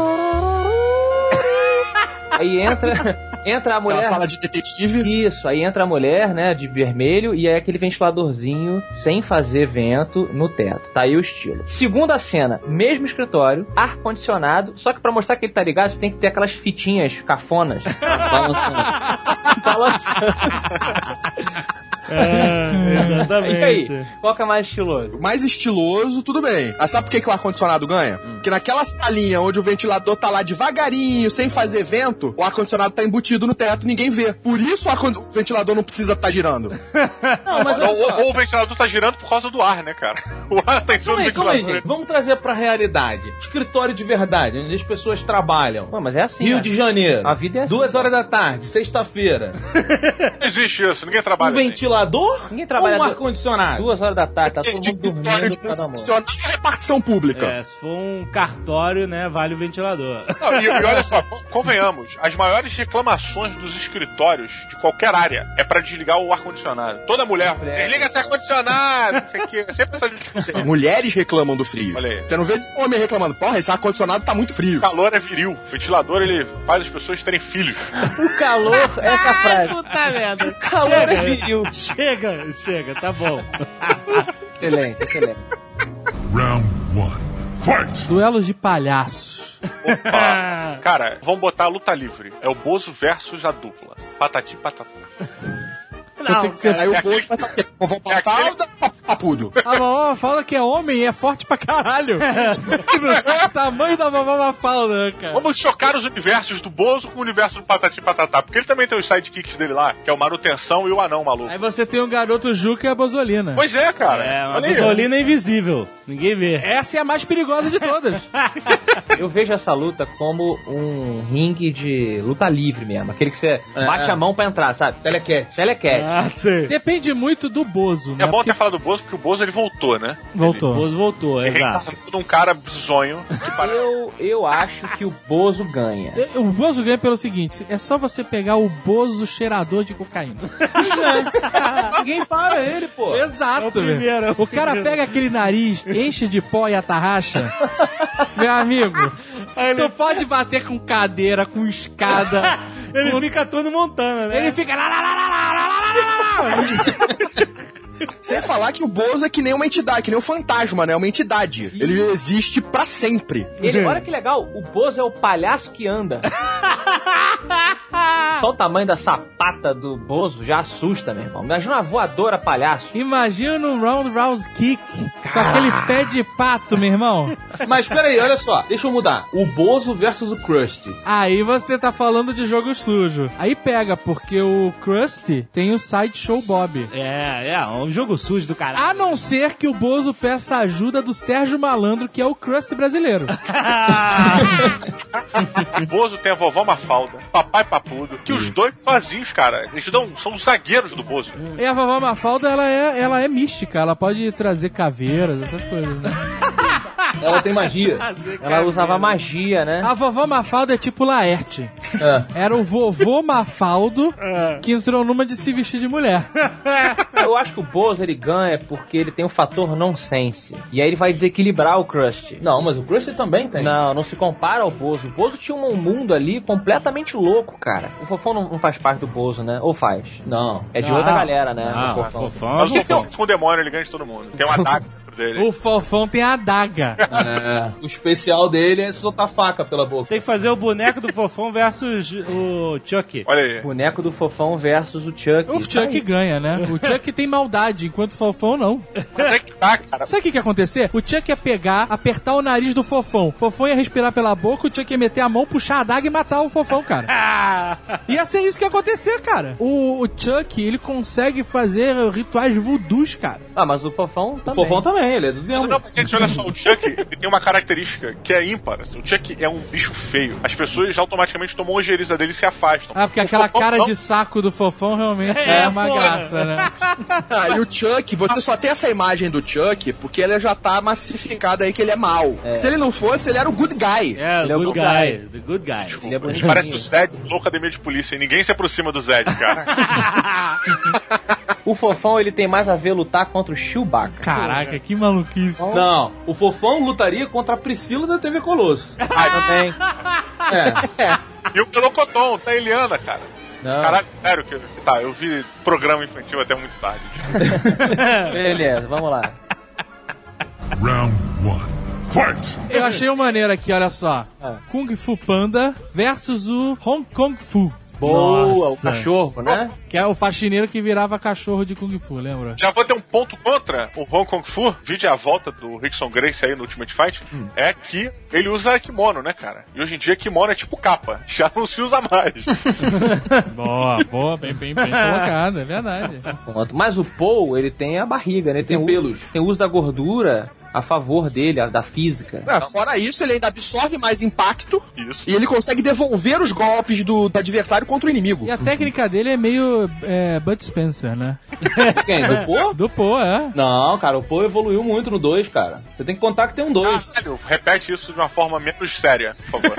Aí entra, entra a mulher. Aquela sala de detetive. Isso, aí entra a mulher, né, de vermelho, e aí aquele ventiladorzinho sem fazer vento no teto. Tá aí o estilo. Segunda cena, mesmo escritório, ar-condicionado, só que pra mostrar que ele tá ligado, você tem que ter aquelas fitinhas cafonas balançando. balançando. É, exatamente. E aí, qual que é mais estiloso? Mais estiloso, tudo bem. Mas sabe por que, que o ar-condicionado ganha? Porque naquela salinha onde o ventilador tá lá devagarinho, sem fazer vento, o ar-condicionado tá embutido no teto, ninguém vê. Por isso o, ar- o ventilador não precisa estar tá girando. Não, mas olha Ou, só. ou o ventilador tá girando por causa do ar, né, cara? O ar tá em cima Calma do aí, calma aí, ventilador. gente. Vamos trazer pra realidade. Escritório de verdade, onde as pessoas trabalham. Pô, mas é assim, Rio né? de Janeiro. A vida é assim. Duas horas da tarde, sexta-feira. Não existe isso, ninguém Um trabalha assim. ventilador Ninguém trabalha ou um du- ar-condicionado? Duas horas da tarde, tá todo de mundo escritório dormindo, de cada amor. funcionário é repartição pública. É, se for um cartório, né, vale o ventilador. Não, e, e olha só, convenhamos, as maiores reclamações dos escritórios de qualquer área é pra desligar o ar-condicionado. Toda mulher, Mulher. desliga esse ar-condicionado, não sei o quê. Sempre essa discussão. Mulheres reclamam do frio. Olha aí. Você não vê homem reclamando, porra, esse ar-condicionado tá muito frio. O calor é viril. O ventilador, ele faz as pessoas terem filhos. O calor, essa frase. Puta merda. O calor é viril. Chega, chega, tá bom. Excelente, excelente. Round one. Fight! Duelos de palhaços. Opa. Cara, vamos botar a luta livre. É o Bozo versus a dupla. Patati patatá. Então tem que ser... Aí o Bozo vai estar o quê? Vovó Mafalda, papudo. A vovó Mafalda que é homem e é forte pra caralho. O tamanho da vovó Mafalda, cara. Vamos chocar os universos do Bozo com o universo do Patati Patatá, porque ele também tem os sidekicks dele lá, que é o Manutenção e o Anão maluco. Aí você tem o garoto Juca e a Bozolina. Pois é, cara. É, a Olha aí. Bozolina é invisível. Ninguém vê. Essa é a mais perigosa de todas. Eu vejo essa luta como um ringue de luta livre mesmo. Aquele que você É, bate é. a mão pra entrar, sabe? Telecat. Telecat. Ah, sei. Depende muito do Bozo, né? É bom Porque ter falado do Bozo, porque o Bozo ele voltou, né? voltou. O Bozo voltou, Ele exato. reencarnou num cara bizonho que parece... Eu, eu acho que o Bozo ganha. O Bozo ganha pelo seguinte, é só você pegar o Bozo cheirador de cocaína. Ninguém para ele, pô. Exato, É o primeiro, velho. é o O cara primeiro. pega aquele nariz, enche de pó e atarracha. Meu amigo, tu pode bater com cadeira, com escada. Ele fica todo Montana, né? Ele fica... lá, lá, lá, lá, lá, lá, lá, lá, lá. Sem falar que o Bozo é que nem uma entidade, que nem um fantasma, né? Uma entidade. Ele existe pra sempre. Ele, olha que legal, o Bozo é o palhaço que anda. Só o tamanho da sapata do Bozo já assusta, meu irmão. Imagina uma voadora palhaço. Imagina um round round kick com aquele pé de pato, meu irmão. Mas peraí, olha só. Deixa eu mudar. O Bozo versus o Krusty. Aí você tá falando de jogo sujo. Aí pega, porque o Krusty tem o Sideshow Bob. É, é, um jogo sujo do caralho. A não ser que o Bozo peça ajuda do Sérgio Malandro, que é o Krusty brasileiro. O Bozo tem a vovó Mafalda, papai Papudo, que os dois vazios, cara. Eles dão, são os zagueiros do Bozo. E a vovó Mafalda, ela é, ela é mística. Ela pode trazer caveiras, essas coisas, né? Ela tem magia. Ela usava magia, né? A vovó Mafalda é tipo Laerte. É. Era o vovô Mafaldo que entrou numa de se vestir de mulher. Eu acho que o Bozo ele ganha porque ele tem o fator nonsense. E aí ele vai desequilibrar o Krusty. Não, mas o Krusty também tem. Não, não se compara ao Bozo. O Bozo tinha um mundo ali completamente louco, cara. O Fofão não, não faz parte do Bozo, né? Ou faz? Não. É de Não. outra galera, né? Ah, o Fofão. Fofão. Mas o que Fofão com o demônio, ele ganha de todo mundo. Tem uma adaga dentro dele. O Fofão tem a adaga. É. O especial dele é soltar faca pela boca. Tem que fazer o boneco do Fofão versus o Chuck. Olha aí. Boneco do Fofão versus o Chuck. O Chuck ganha, né? O Chuck tem maldade, enquanto o Fofão não. Até que tá, cara. Sabe o que que ia acontecer? O Chuck ia pegar, apertar o nariz do Fofão. O Fofão ia respirar pela boca, o Chuck ia meter a mão, puxar a adaga e matar o Fofão, cara. Ia ser isso que ia acontecer, cara. O, o Chuck, ele consegue fazer rituais voodoos, cara. Ah, mas o Fofão O também. Fofão também, ele é do Não, mesmo. não, mas, gente, olha só, o Chuck ele tem uma característica que é ímpar. Assim, o Chuck é um bicho feio. As pessoas automaticamente tomam ojeriza dele e se afastam. Ah, porque O aquela Fofão cara não. de saco do Fofão realmente é, É, uma porra. graça, né? Ah, e o Chuck, você só tem essa imagem do Chuck porque ele já tá massificado aí que ele é mau. Se ele não fosse, ele era o good guy. É, Ele o é o good good guy. guy. The good guy. Ele é bonitinho. Parece o Zed do Academia de Polícia e ninguém se aproxima do Zed, cara. O Fofão, ele tem mais a ver lutar contra o Chewbacca. Caraca, que maluquice. Não, o Fofão lutaria contra a Priscila da T V Colosso. Ah, também. É. E o Melocoton, tá Eliana, cara. Não. Caralho, sério que. Tá, eu vi programa infantil até muito tarde. Beleza, vamos lá. Round one. Fight! Eu achei uma maneira aqui, olha só. Ah. Kung Fu Panda versus o Hong Kong Fu. Boa, Nossa. o cachorro, né? Que é o faxineiro que virava cachorro de Kung Fu, lembra? Já vou ter um ponto contra o Hong Kong Fu. Vídeo a volta do Rickson Grace aí no Ultimate Fight. Hum. É que ele usa kimono, né, cara? E hoje em dia kimono é tipo capa. Já não se usa mais. Boa, boa, bem, bem, bem colocado, é verdade. Ponto. Mas o Paul, ele tem a barriga, né? Ele Tem o- pelos. Tem o uso da gordura a favor dele, a- da física. É, fora isso, ele ainda absorve mais impacto Isso. e ele consegue devolver os golpes do, do adversário contra o inimigo. E a técnica dele é meio é, Bud Spencer, né? Quem? Do Pô? Do Pô, é. Não, cara, o Pô evoluiu muito no dois, cara. Você tem que contar que tem um dois. Caralho, repete isso de uma forma menos séria, por favor.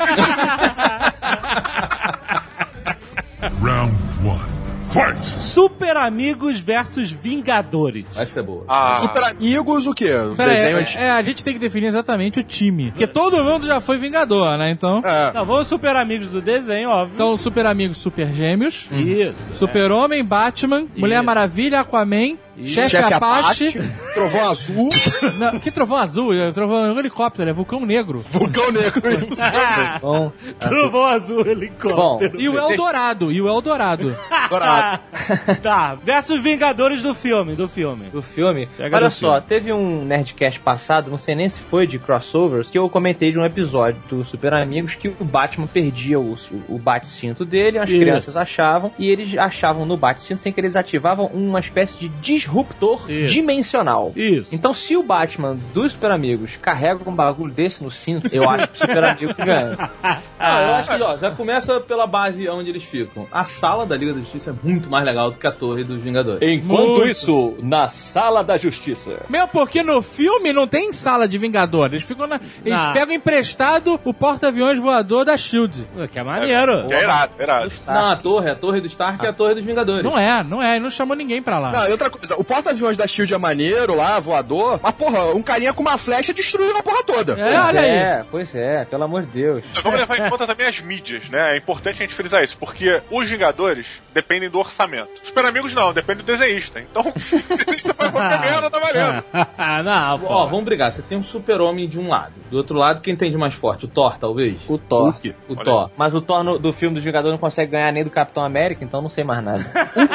Round one. Fight! Super Amigos versus Vingadores. Vai ser boa. Ah, Super Amigos, o quê? O Pera aí, desenho é, antigo. é, a gente tem que definir exatamente o time. Porque todo mundo já foi Vingador, né? Então, É. Não, vamos Super Amigos do desenho, óbvio. então Super Amigos, Super Gêmeos, Isso. Super-Homem, Batman, Mulher Maravilha, Aquaman, Chefe Chefe Apache. Apache, Trovão Azul, Não, que trovão azul? É trovão é um helicóptero, é vulcão negro. Vulcão Negro. Bom, Trovão azul, bom helicóptero. E o Eldorado, e o Eldorado. Dourado. Tá, versus Vingadores do filme, do filme. Do filme. Chega Olha do só, filme. teve um Nerdcast passado, não sei nem se foi de crossovers, que eu comentei de um episódio do Super Amigos que o Batman perdia o, o bate-cinto dele, as Isso. crianças achavam, e eles achavam no bate-cinto, sem que eles ativavam uma espécie de disruptor Isso. dimensional. Isso. Então, se o Batman dos Super Amigos carrega um bagulho desse no cinto, eu acho que o Super Amigo ganha. Ah, eu acho que ó, já começa pela base onde eles ficam. A sala da Liga da Justiça é muito mais legal do que a torre dos Vingadores. Enquanto Muito. isso, na Sala da Justiça. Meu, porque no filme não tem sala de Vingadores. Eles ficam na... Eles Não. pegam emprestado o porta-aviões voador da SHIELD. Que é maneiro. Que é irado, é irado. Não, a torre, a torre do Stark é a torre dos Vingadores. Não é, não é. Ele não chamou ninguém pra lá. Não, e outra coisa, o porta-aviões da SHIELD é maneiro lá, voador, mas porra, um carinha com uma flecha destruiu a porra toda. É, olha aí. É, pois é, pelo amor de Deus. Mas vamos levar em conta também as mídias, né? É importante a gente frisar isso, porque os Vingadores dependem do orçamento. Os Super Amigos não, depende do desenhista. Então, o desenhista faz qualquer merda, tá valendo. Não, pô. Ó, vamos brigar. Você tem um super-homem de um lado. Do outro lado, quem tem de mais forte? O Thor, talvez? O Thor. Hulk. O Olha Thor. Mas o Thor no- do filme dos Vingadores não consegue ganhar nem do Capitão América, então não sei mais nada.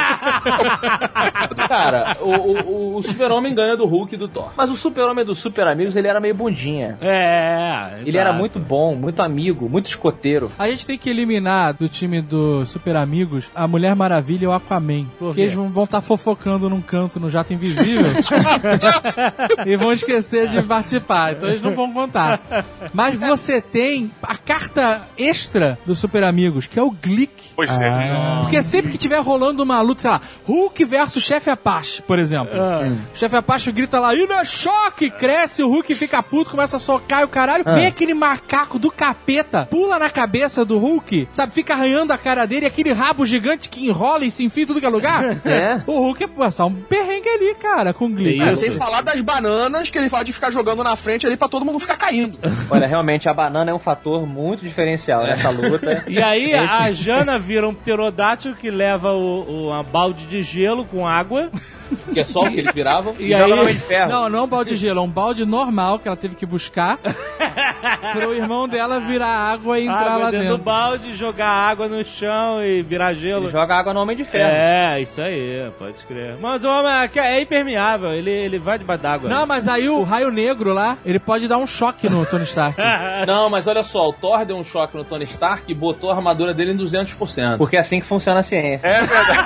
Cara, o, o, o super-homem ganha do Hulk e do Thor. Mas o super-homem dos Super Amigos, ele era meio bundinha. É, Ele era exato. muito bom, muito amigo, muito escoteiro. A gente tem que eliminar do time do Super Amigos a Mulher Maravilha e o Aquaman. Por Porque quê? eles vão estar fofocando num canto no Jato Invisível e vão esquecer de participar. Então eles não vão contar. Mas você tem a carta extra do Super Amigos, que é o Glick. Pois é. Porque sempre que tiver rolando uma luta, sei lá, Hulk versus Chefe Apache, por exemplo. Ah. O Chefe Apache grita lá, e não é choque! Cresce, o Hulk fica puto, começa a socar e o caralho. Vem aquele macaco do capeta, pula na cabeça do Hulk, sabe? Fica arranhando a cara dele, aquele rabo gigante que enrola e se enfia em tudo que é lugar. É. O Hulk é passar um perrengue ali, cara, com o Glick. É, sem falar das bananas que ele fala de ficar jogando na frente ali pra todo mundo ficar caindo. Olha, realmente, a banana é um fator muito diferencial nessa luta. E aí a Jana vira um pterodátilo que leva o, o- uma balde de gelo com água. Que é só o que eles viravam. E joga aí, no Homem de Ferro. não, não é um balde de gelo, é um balde normal que ela teve que buscar pro irmão dela virar água e entrar água lá dentro dentro. do balde, jogar água no chão e virar gelo. Ele joga água no Homem de Ferro. É, isso aí, pode crer. Mas o homem é- é impermeável, ele, ele vai debaixo d'água. Não, mas aí o raio negro lá, ele pode dar um choque no Tony Stark. Não, mas olha só, o Thor deu um choque no Tony Stark e botou a armadura dele em duzentos por cento. Porque é assim que funciona a ciência. É verdade.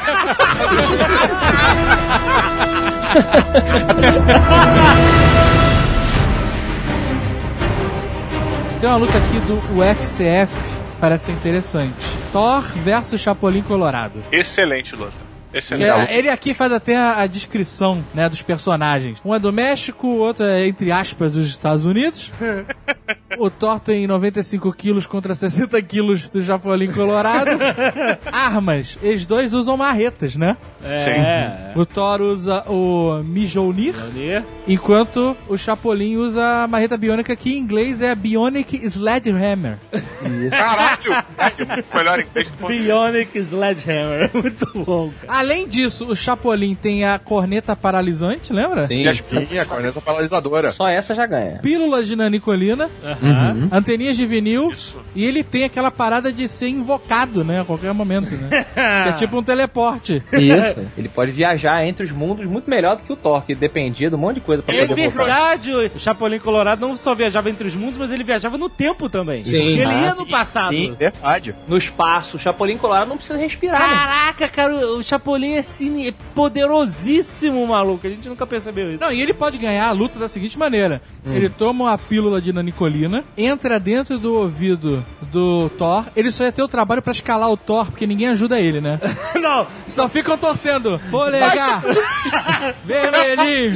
Tem uma luta aqui do U F C F, parece ser interessante. Thor versus Chapolin Colorado. Excelente luta. Que Excelente. é- ele aqui faz até a, a descrição, né, dos personagens. Um é do México, o outro é, entre aspas, dos Estados Unidos. O Thor tem noventa e cinco quilos contra sessenta quilos do Chapolin Colorado. Armas. Eles dois usam marretas, né? É. O Thor usa o Mjolnir, Ali. enquanto o Chapolin usa a marreta biônica, que em inglês é a Bionic Sledgehammer. Caralho! É muito melhor em inglês do que Bionic Sledgehammer. Muito bom, cara. Além disso, o Chapolin tem a corneta paralisante, lembra? Sim. E as- Sim, a corneta paralisadora. Só essa já ganha. Pílulas de nanicolina, Uhum. anteninhas de vinil, Isso. e ele tem aquela parada de ser invocado, né, a qualquer momento, né? Que é tipo um teleporte. Isso. Ele pode viajar entre os mundos muito melhor do que o Thor, que dependia de um monte de coisa pra É poder voltar. verdade, o Chapolin Colorado não só viajava entre os mundos, mas ele viajava no tempo também. Sim. Ele Ah, ia no passado. Sim, verdade. No espaço, o Chapolin Colorado não precisa respirar. né? Caraca, cara, o o Chapolin é cine- é poderosíssimo, maluco. A gente nunca percebeu isso. Não, e ele pode ganhar a luta da seguinte maneira. Ele toma uma pílula de nanicolina, entra dentro do ouvido do Thor, ele só ia ter o trabalho pra escalar o Thor, porque ninguém ajuda ele, né? Não, Só ficam torcendo. Polegar! Vermelhinho!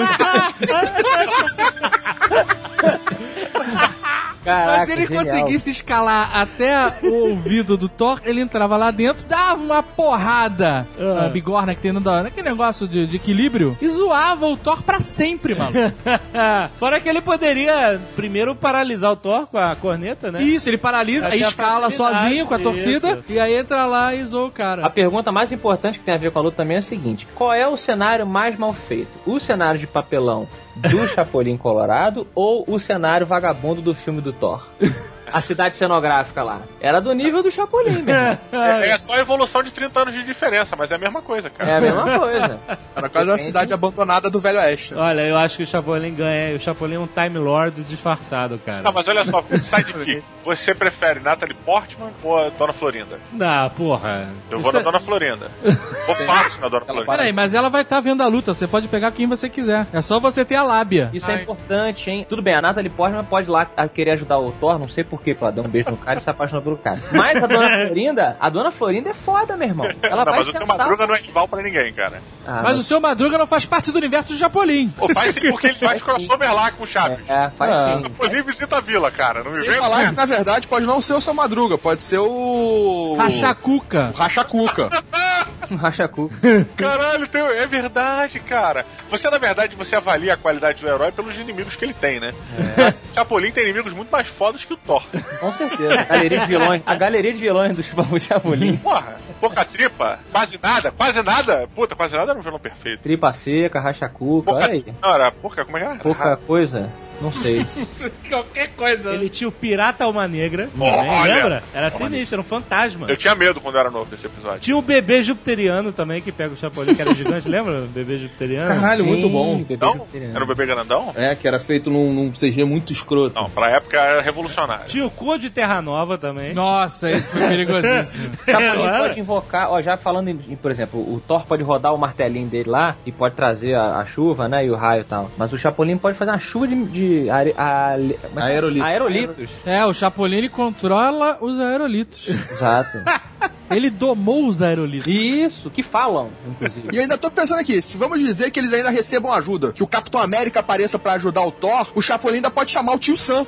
Caraca, Mas se ele genial. conseguisse escalar até o ouvido do Thor, ele entrava lá dentro, dava uma porrada na bigorna que tem no naquele negócio de, de equilíbrio e zoava o Thor pra sempre, mano. fora que ele poderia primeiro paralisar o Thor com a corneta, né? Isso, ele paralisa, Até aí a escala facilidade, sozinho com a torcida isso. e aí entra lá e zoa o A cara. pergunta mais importante que tem a ver com a luta também é a seguinte: qual é o cenário mais mal feito? O cenário de papelão do Chapolin Colorado ou o cenário vagabundo do filme do Thor? a cidade cenográfica lá. Era do nível do Chapolin, né? É, é só evolução de trinta anos de diferença, mas é a mesma coisa, cara. É a mesma coisa. Era quase uma cidade abandonada do Velho Oeste. Olha, eu acho que o Chapolin ganha. O Chapolin é um Time Lord disfarçado, cara. Não, mas olha só, Sidekick, você prefere Natalie Portman ou a Dona Florinda? Não, porra. Eu vou Isso na é- Dona Florinda. Vou fácil na Dona Florinda. Peraí, mas ela vai estar vendo a luta. Você pode pegar quem você quiser. É só você ter a lábia. Isso é importante, hein? Tudo bem, a Natalie Portman pode ir lá a querer ajudar o Thor, não sei porquê, pra dar um beijo no cara e se apaixonar pelo cara. Mas a Dona Florinda, a Dona Florinda é foda, meu irmão. Ela Não, vai mas o seu sentar- Madruga não é rival pra ninguém, cara. Ah, Mas o seu Madruga não faz parte do universo do Chapolin. Pô, faz sim, porque ele faz crossover lá com o Chaves. É, faz Ah. sim. Chapolin visita a vila, cara. Não me Sem vem falar que, na verdade, pode não ser o seu Madruga, pode ser o... Rachacuca. O Rachacuca. Rachacu. Caralho, tem... é verdade, cara. Você, na verdade, você avalia a qualidade do herói pelos inimigos que ele tem, né? É. O Chapolin tem inimigos muito mais fodas que o Thor. Com certeza. A galeria de vilões. A galeria de vilões do Chapolin. Porra, pouca tripa, quase nada, quase nada. Puta, quase nada era um vilão perfeito. Tripa seca, rachacuca, Pouca... olha aí. Não, era pouca, como é que era? Pouca coisa. Não sei. Qualquer coisa. Ele tinha o Pirata Alma Negra. Olha! Também, lembra? Era sinistro, era um fantasma. Eu tinha medo quando eu era novo nesse episódio. Tinha o bebê jupiteriano também, que pega o Chapolin, que era gigante, lembra? O bebê jupiteriano. Caralho, muito bom. Bebê Não? jupiteriano. Era um bebê grandão? É, que era feito num, num C G muito escroto. Não, pra época era revolucionário. Tinha o Cor de Terra Nova também. Nossa, esse foi perigosíssimo. O Chapolin Não era? pode invocar, ó, já falando em, em, por exemplo, o Thor pode rodar o martelinho dele lá e pode trazer a, a chuva, né, e o raio e tal. Mas o Chapolin pode fazer uma chuva de, de are, a, Aerolitos. aerolitos. É, o Chapolin ele controla os aerolitos. Exato. Ele domou os aerolitos. Isso, que falam, inclusive. E eu ainda tô pensando aqui, se vamos dizer que eles ainda recebam ajuda, que o Capitão América apareça pra ajudar o Thor, o Chapolin ainda pode chamar o tio Sam.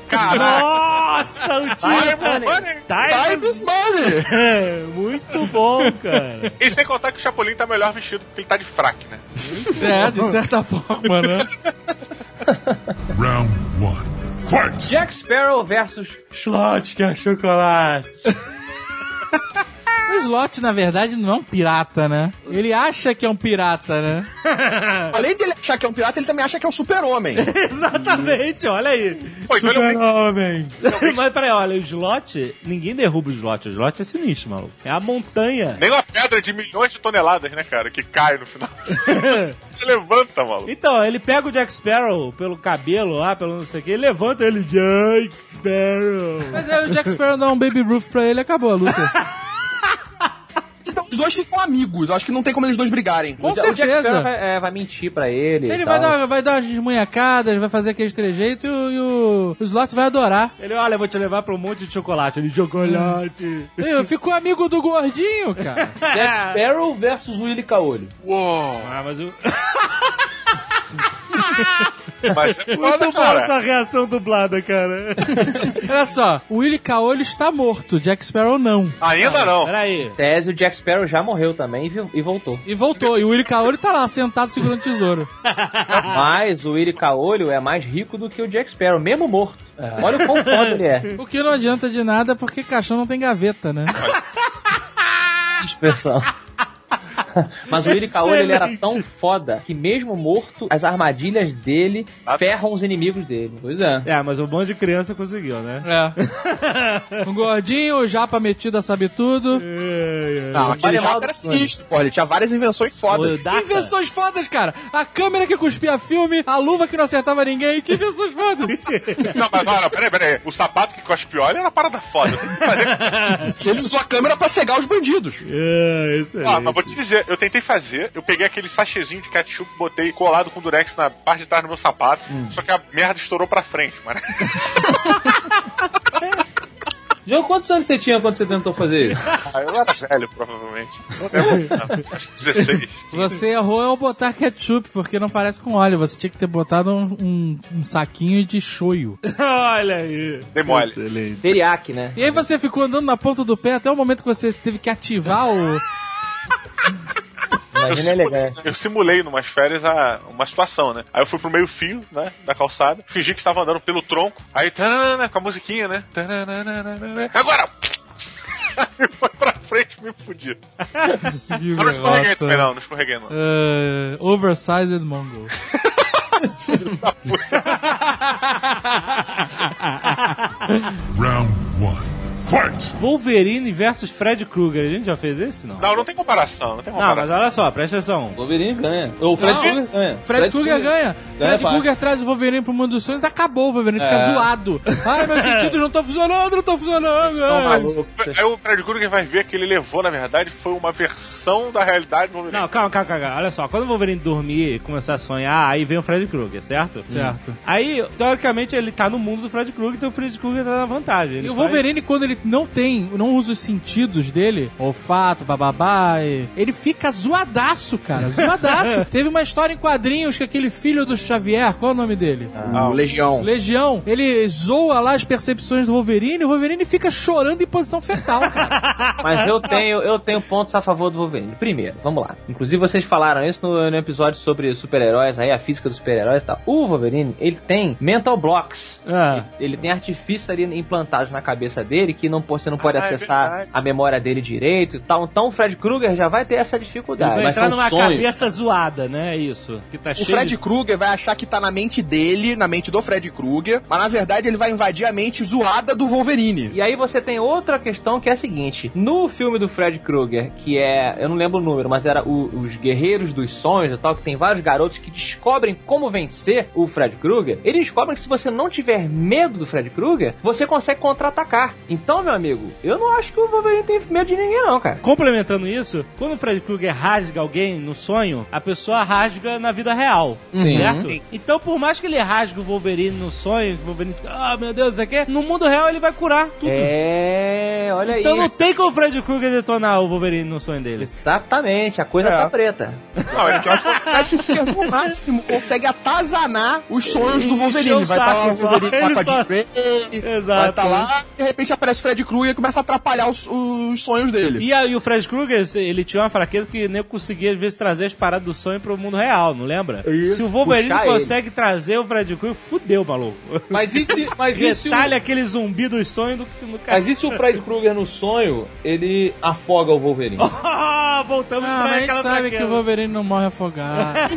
Nossa, o tio Time Sam. money. Time is money! É, muito bom, cara. E sem contar que o Chapolin tá melhor vestido porque ele tá de fraque, né? É, de certa forma, né? Round one. Fight! Jack Sparrow versus Slot, que é chocolate. O Slot, na verdade, não é um pirata, né? Ele acha que é um pirata, né? Além de ele achar que é um pirata, ele também acha que é um super-homem. Exatamente, olha aí. Pô, então ele é um Super-homem. Mas peraí, olha, o Slot, ninguém derruba o Slot. O Slot é sinistro, maluco. É a montanha. Nem uma pedra de milhões de toneladas, né, cara? Que cai no final. Se levanta, maluco. Então, ele pega o Jack Sparrow pelo cabelo lá, pelo não sei o que, e levanta ele, Jack Sparrow. Mas aí o Jack Sparrow dá um Baby Ruth pra ele e acabou a luta. Então, os dois ficam amigos. Eu acho que não tem como eles dois brigarem. Com o Jack certeza. Sparrow vai, é, vai mentir pra ele. Ele e vai tal. dar, vai dar umas desmunhacadas, vai fazer aqueles trejeitos e, o, e o, o Slot vai adorar. Ele, olha, eu vou te levar pra um monte de chocolate. Ele, chocolate. Eu fico amigo do gordinho, cara. Jack Sparrow versus Willy Caolho. Uou. Ah, mas o... Mas é Muito foda, boa cara. essa reação dublada, cara. Olha só, o Willy Caolho está morto, Jack Sparrow não. Ainda não. Peraí. Tese, o Jack Sparrow já morreu também e, vi- e voltou. E voltou, e o Willy Caolho tá lá, sentado segurando tesouro. Mas o Willy Caolho é mais rico do que o Jack Sparrow, mesmo morto. Olha o quão foda ele é. O que não adianta de nada porque caixão não tem gaveta, né? Que expressão. Mas o Willy Caolho, ele era tão foda que mesmo morto, as armadilhas dele ferram os inimigos dele. Pois é. É, mas um monte de criança conseguiu, né? É. O gordinho, o japa metido a sabe tudo. Não, aquele Olha mal jato do- era sinistro, porra. Ele tinha várias invenções fodas. Que invenções fodas, cara! A câmera que cuspia filme, a luva que não acertava ninguém, que invenções fodas! Não, mas olha, peraí, peraí. O sapato que cospe óleo era uma parada foda. Tem que fazer. Ele usou a câmera pra cegar os bandidos. É, isso Ah, mas vou te dizer, eu tentei fazer, eu peguei aquele sachêzinho de ketchup, botei colado com durex na parte de trás do meu sapato, só que a merda estourou pra frente, mano. João, quantos anos você tinha quando você tentou fazer isso? Ah, eu era velho, provavelmente. Não lembro, não. Acho que dezesseis. Você errou ao botar ketchup, porque não parece com óleo. Você tinha que ter botado um, um- um saquinho de shoyu. Olha aí. Dei mole. Excelente. Teriyaki, né? E aí você ficou andando na ponta do pé até o momento que você teve que ativar o... Imagina ele, né? Eu simulei numas férias a, uma situação, né? Aí eu fui pro meio fio, né, da calçada, fingi que estava andando pelo tronco, aí tanana, com a musiquinha, né? Tanana, agora! Aí foi pra frente e me fudi. Eu não escorreguei também, não, não escorreguei, não. Uh, oversized Mongol. Round one. Fight! Wolverine versus Fred Krueger. A gente já fez esse? Não. Não, não tem comparação, não tem Não, comparação. mas olha só, presta atenção. Wolverine ganha. O Fred Não, Krueger ganha. Fred Krueger ganha. Fred fácil. Krueger traz o Wolverine pro mundo dos sonhos, acabou o Wolverine, fica É. zoado. Ai, meus sentidos não estão funcionando, não estão funcionando. Não, ai. mas aí o Fred Krueger vai ver que ele levou, na verdade, foi uma versão da realidade do Wolverine. Não, calma, calma, calma. Olha só, quando o Wolverine dormir e começar a sonhar, aí vem o Fred Krueger, certo? Certo. Aí, teoricamente, ele tá no mundo do Fred Krueger, então o Fred Krueger tá na vantagem. Ele E o faz- Wolverine, quando ele não tem, não usa os sentidos dele, olfato, bababá, e- ele fica zoadaço, cara, zoadaço. Teve uma história em quadrinhos que aquele filho do Xavier, qual é o nome dele? O Legião. Legião, ele zoa lá as percepções do Wolverine, e o Wolverine fica chorando em posição fetal, cara. Mas eu tenho, eu tenho pontos a favor do Wolverine. Primeiro, vamos lá. Inclusive vocês falaram isso no, no episódio sobre super-heróis, aí a física dos super-heróis e tal. O Wolverine, ele tem mental blocks. Ah. Ele tem artifícios ali implantados na cabeça dele que não, você não pode Ah, é acessar verdade. a memória dele direito e tal. Então o Fred Krueger já vai ter essa Ele dificuldade. vai mas entrar são numa sonhos. cabeça zoada, né? É isso. Que tá O cheio Fred de... Krueger vai achar que tá na mente dele, na mente do Fred Krueger, mas na verdade ele vai invadir a mente zoada do Wolverine. E aí você tem outra questão que é a seguinte. No filme do Fred Krueger, que é... Eu não lembro o número, mas era o- os Guerreiros dos Sonhos e tal, que tem vários garotos que descobrem como vencer o Fred Krueger. Eles descobrem que se você não tiver medo do Fred Krueger, você consegue contra-atacar. Então, meu amigo, eu não acho que o Wolverine tem medo de ninguém não, cara. Complementando isso, quando o Fred Krueger rasga alguém no sonho, a pessoa rasga na vida real. Sim. Certo? Então, por mais que ele rasgue o Wolverine no sonho, que o Wolverine fica, ah, meu Deus, isso aqui, no mundo real ele vai curar tudo. É, olha Então aí. não tem como o Fred Krueger detonar o Wolverine no sonho dele. Exatamente, a coisa É. tá preta. Não, ele acha que o Fred Krueger no máximo consegue atazanar os sonhos do Wolverine. Encher o Vai estar lá o saco só, Wolverine ele com a só- Jean Grey, Exato. vai estar lá, de repente aparece o Fred Krueger e começa a atrapalhar os, os sonhos dele. E, aí o Fred Krueger, ele tinha uma fraqueza que nem conseguia, às vezes, trazer as paradas do sonho pro mundo real, não lembra? Isso. Se o Wolverine Puxar consegue trazer o Fred Krueger, fudeu, maluco. Mas e se, mas e se o, Retalha aquele zumbi dos sonhos do, no cara. mas e se o Fred Krueger no sonho, ele afoga o Wolverine? Ah, voltamos Ah, pra mas a gente aquela sabe que fraqueza. o Wolverine não morre afogado.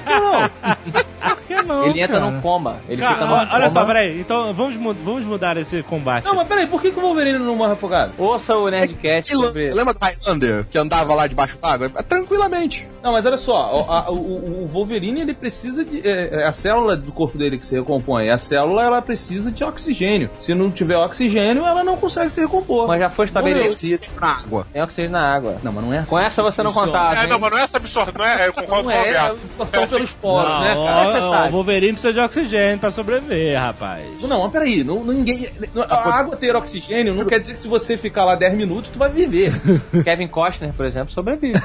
Por que não, Ele entra cara? num coma. Ele Cara, fica num olha coma. só, peraí. Então vamos, mu- vamos mudar esse combate. Não, mas peraí, por que, que o Wolverine não morre afogado? Ouça o Nerdcast sobre... Lembra do Highlander, que andava lá debaixo d'água? É, tranquilamente. Não, mas olha só, o, a- o- o Wolverine, ele precisa de... É, é a célula do corpo dele que se recompõe. A célula, ela precisa de oxigênio. Se não tiver oxigênio, ela não consegue se recompor. Mas já foi estabelecido. Na água. Tem oxigênio na água. Não, mas não é assim. Com essa você não Funciona. contava, É, hein? não, mas não é essa absorção, não é, eu concordo Não com o é, é a Alberto. absorção É, pelos poros, Não, né, ó, cara? Você ó, sabe. o Wolverine precisa de oxigênio pra sobreviver, rapaz. Não, mas peraí, não, ninguém... A água ter oxigênio não quer dizer que se você ficar lá dez minutos, tu vai viver. Kevin Costner, por exemplo, sobrevive.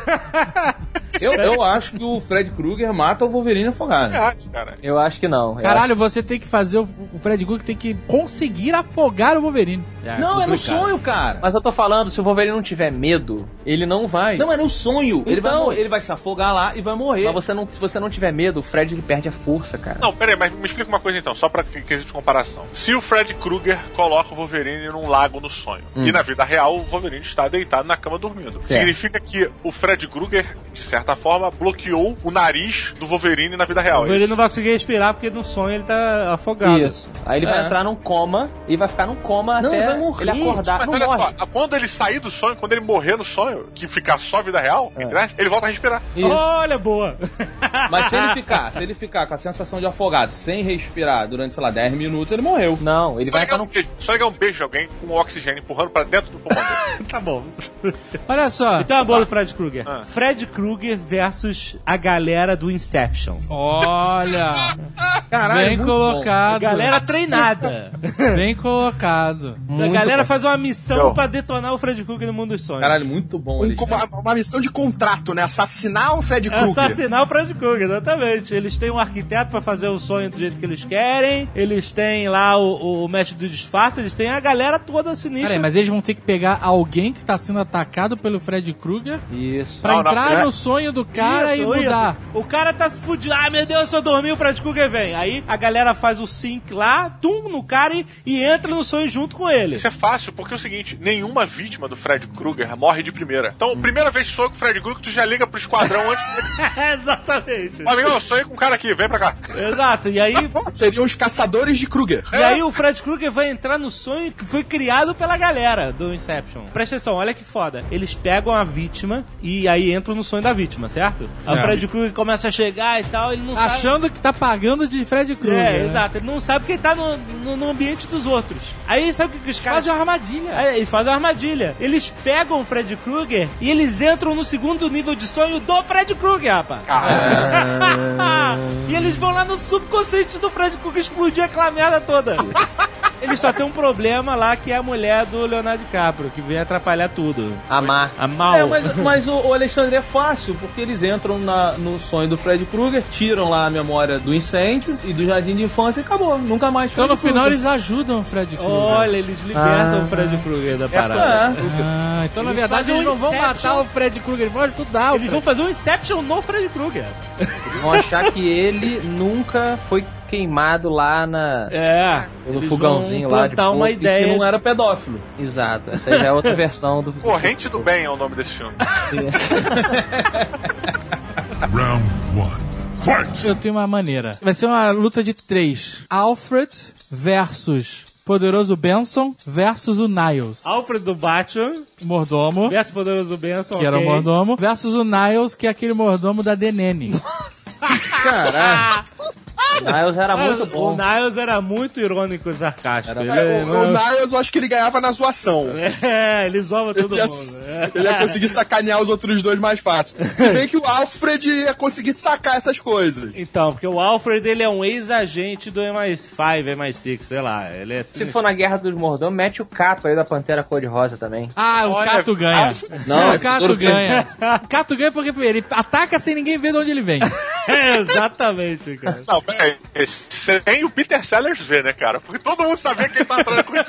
Eu, eu acho que o Fred Krueger mata o Wolverine afogado. É arte, cara. Eu acho que não. Eu Caralho, você tem que fazer o o Fred Krueger tem que conseguir afogar o Wolverine. Não, é no complicado. sonho, cara. Mas eu tô falando, se o Wolverine não tiver medo, ele não vai. Não, é no sonho. Ele, vai, Então- morrer, ele vai se afogar lá e vai morrer. Mas você não, se você não tiver medo, o Fred ele perde a força, cara. Não, peraí, mas me explica uma coisa então, só pra que quesito de comparação. Se o Fred Krueger coloca o Wolverine num lago no sonho, Hum. e na vida real o Wolverine está deitado na cama dormindo, Certo. significa que o Fred Krueger, de certa forma, bloqueou o nariz do Wolverine na vida O real. Wolverine não vai conseguir respirar porque no sonho ele tá afogado. Isso. Aí ele vai É. entrar num coma e vai ficar num coma Não, até vai morrer. ele acordar. Mas não olha morre. só, quando ele sair do sonho, quando ele morrer no sonho, que ficar só vida real, É. entre aspas, ele volta a respirar. Isso. Olha, boa. Mas se ele ficar, se ele ficar com a sensação de afogado, sem respirar durante, sei lá, dez minutos, ele morreu. Não, ele Só vai ligar, entrar um num... beijo, só ligar um beijo de alguém com oxigênio empurrando pra dentro do pulmão dele. Tá bom. Olha só. Então a boa do Fred Krueger. Ah. Fred Krueger versus a galera do Inception. Olha. Caralho, Bem muito colocado. A galera treinada. Bem colocado. a galera faz uma missão pra detonar o Fred Krueger no mundo dos sonhos. Caralho, muito bom. Um- Ele... uma, uma missão de contrato, né? Assassinar o Fred Krueger. Assassinar o Fred Krueger, exatamente. Eles têm um arquiteto pra fazer o sonho do jeito que eles querem. Eles têm lá o, o mestre do disfarce. Eles têm a galera toda sinistra. Peraí, mas eles vão ter que pegar alguém que tá sendo atacado pelo Fred Krueger Isso. pra Não, não, entrar é- no sonho do cara Isso, e mudar. isso. O cara tá fudido. Ah, meu Deus, se eu dormir, o Fred Krueger vem. Aí a galera faz o sync lá, tum, no cara e, e entra no sonho junto com ele. dele. Isso é fácil, porque é o seguinte, nenhuma vítima do Fred Krueger morre de primeira. Então, primeira vez que sonha com o Fred Krueger, tu já liga pro esquadrão antes de... Exatamente. Amigão, eu sonhei com um cara aqui, vem pra cá. Exato, e aí... Seriam os caçadores de Krueger. E aí o Fred Krueger vai entrar no sonho que foi criado pela galera do Inception. Presta atenção, olha que foda. Eles pegam a vítima e aí entram no sonho da vítima, certo? Aí o Fred Krueger começa a chegar e tal, ele não sabe... Achando que tá pagando de Fred Krueger. É, né? exato. Ele não sabe que ele tá no, no, no ambiente dos outros. Aí sabe o que os caras... Fazem uma armadilha. É, eles fazem uma armadilha. Eles pegam o Fred Krueger e eles entram no segundo nível de sonho do Fred Krueger, rapaz. Ah. E eles vão lá no subconsciente do Fred Krueger explodir aquela merda toda. Ele só tem um problema lá, que é a mulher do Leonardo DiCaprio, que vem atrapalhar tudo. Amar. A mal. É, mas, mas o, o Alexandre é fácil, porque eles entram na, no sonho do Fred Krueger, tiram lá a memória do incêndio e do jardim de infância e acabou. Nunca mais Então Fred no final Krueger. eles ajudam o Fred Krueger. Olha, eles libertam Ah. o Fred Krueger da É, parada. Ah, então na Eles verdade fazem eles não um vão Inception. matar o Fred Krueger, eles vão ajudar o Eles vão Fred. fazer um Inception no Fred Krueger. Vão achar que ele nunca foi queimado lá na... É. No eles fogãozinho vão lá de plantar uma fogo, E ideia. que não era pedófilo. Exato. Essa aí já é outra versão do... Corrente do Bem é o nome desse filme. Round one. Fight! Eu tenho uma maneira. Vai ser uma luta de três. Alfred versus Poderoso Benson versus o Niles. Alfred do Batman, Mordomo, versus Poderoso Benson, que era o ok. mordomo, versus o Niles, que é aquele mordomo da Denene. Caralho. Niles era muito O bom. Niles era muito irônico e sarcástico. Ele, É, o, o Niles, eu acho que ele ganhava na zoação. É, ele zoava todo Ele ia, mundo. É. ele ia conseguir sacanear os outros dois mais fácil. Se bem que o Alfred ia conseguir sacar essas coisas. Então, porque o Alfred, ele é um ex-agente do M I cinco, M I seis, sei lá. Ele é Se for na Guerra dos Mordomos, mete o Cato aí da Pantera Cor-de-Rosa também. Ah, o Olha, Cato ganha. Não, o Cato tudo bem. ganha. O Cato ganha porque ele ataca sem ninguém ver de onde ele vem. É, exatamente, cara. Não, peraí. Você tem o Peter Sellers ver, né, cara? Porque todo mundo sabia que ele tá atrás com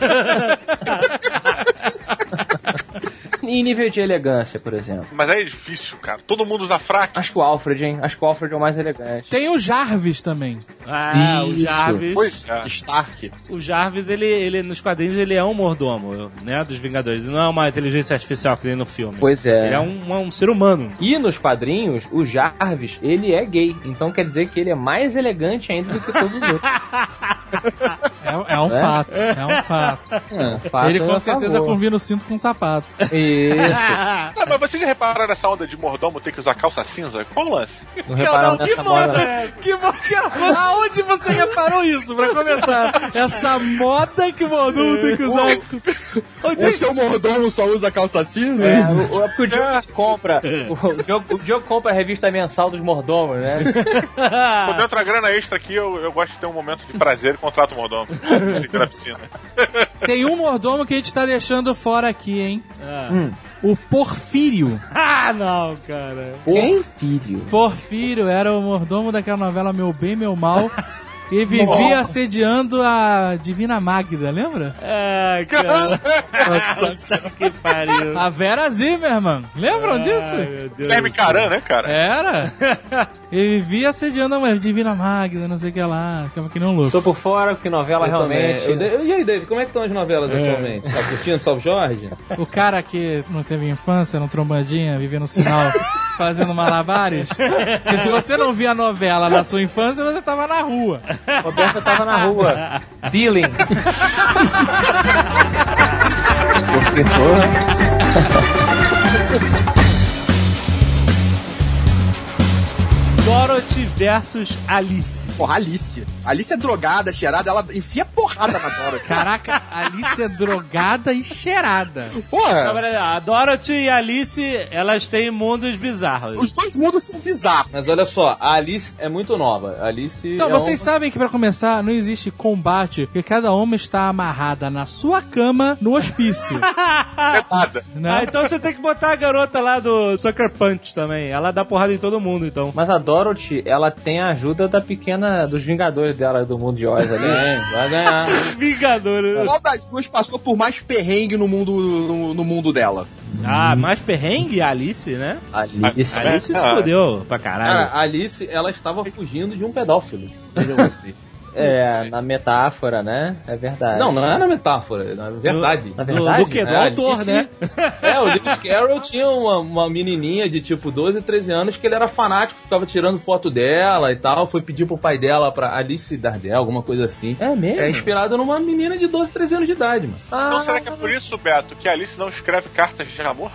E nível de elegância, por exemplo. Mas aí é difícil, cara. Todo mundo usa fraque. Acho que o Alfred, hein? Acho que o Alfred é o mais elegante. Tem o Jarvis também. Ah, o Isso. Jarvis. Pois é. Stark. O Jarvis, ele, ele, nos quadrinhos, ele é um mordomo, né, dos Vingadores. Ele não é uma inteligência artificial que nem no filme. Pois é. Ele é um, um ser humano. E nos quadrinhos, o Jarvis, ele é gay. Então quer dizer que ele é mais elegante ainda do que todos os outros. É, é um É? fato. É um fato. É, fato Ele é com a certeza favor. combina o cinto com o sapato. Isso. Ah, mas vocês já repararam nessa onda de mordomo ter que usar calça cinza? Qual o lance? Não repararam que nessa moda moda. é essa? Que moda? Aonde você reparou isso, pra começar? Essa moda que o mordomo tem que usar. O seu mordomo só usa calça cinza? É, o, o, é porque o Diogo compra. O Diogo, o Diogo compra a revista mensal dos mordomos, né? Quando entra a grana extra aqui, eu, eu gosto de ter um momento de prazer e contrato o mordomo. Fica na piscina. Tem um mordomo que a gente tá deixando fora aqui, hein? Ah. O Porfírio. Ah, não, cara. Quem? Filho. Porfírio era o mordomo daquela novela Meu Bem, Meu Mal. E vivia assediando a Divina Magda, lembra? Ai, cara. Nossa, Que pariu. A Vera Zimmerman. Lembram Ai, disso? meu Deus. Guilherme Caran, né, cara? Era. Ele vivia assediando a Divina Magda, não sei o que lá. Ficava que nem um louco. Tô por fora, porque novela Eu realmente. também. Eu- E aí, David, como é que estão as novelas atualmente? Tá curtindo Salve Jorge? O cara que não teve infância, não trombadinha, vivia no sinal fazendo malabares. Porque se você não via novela na sua infância, você tava na rua. Roberto tava na rua. Dealing. Porque, porra. Dorothy versus Alice. Porra, Alice. Alice é drogada, cheirada, ela enfia porrada na Dorothy. Caraca, a Alice é drogada e cheirada. Na Porra, verdade, a Dorothy e a Alice, elas têm mundos bizarros. os dois mundos são bizarros. Mas olha só, a Alice é muito nova. A Alice Então, é vocês um... sabem que pra começar, não existe combate, porque cada uma está amarrada na sua cama no hospício. É nada. Né? Ah, então você tem que botar a garota lá do Sucker Punch também. Ela dá porrada em todo mundo, então. Mas a Dorothy, ela tem a ajuda da pequena, dos Vingadores dela, do mundo de Oz ali. É, vai ganhar. Vingadores. Qual das duas passou por mais perrengue no mundo, no, no mundo dela? Ah, mais perrengue a Alice, né? Alice. A Alice se Ah. fodeu pra caralho. Cara, a Alice, ela estava fugindo de um pedófilo. Vejam vocês. É, na metáfora, né? É verdade. Não, não é na metáfora, é na verdade. Na Do, verdade? do que? Do É, autor, disse- né? É, o Lewis Carroll tinha uma, uma menininha de tipo doze, treze anos que ele era fanático, ficava tirando foto dela e tal, foi pedir pro pai dela, pra Alice Dardel, alguma coisa assim. É mesmo? É inspirado numa menina de doze, treze anos de idade, mano. Ah, Então será que é por isso, Beto, que a Alice não escreve cartas de amor?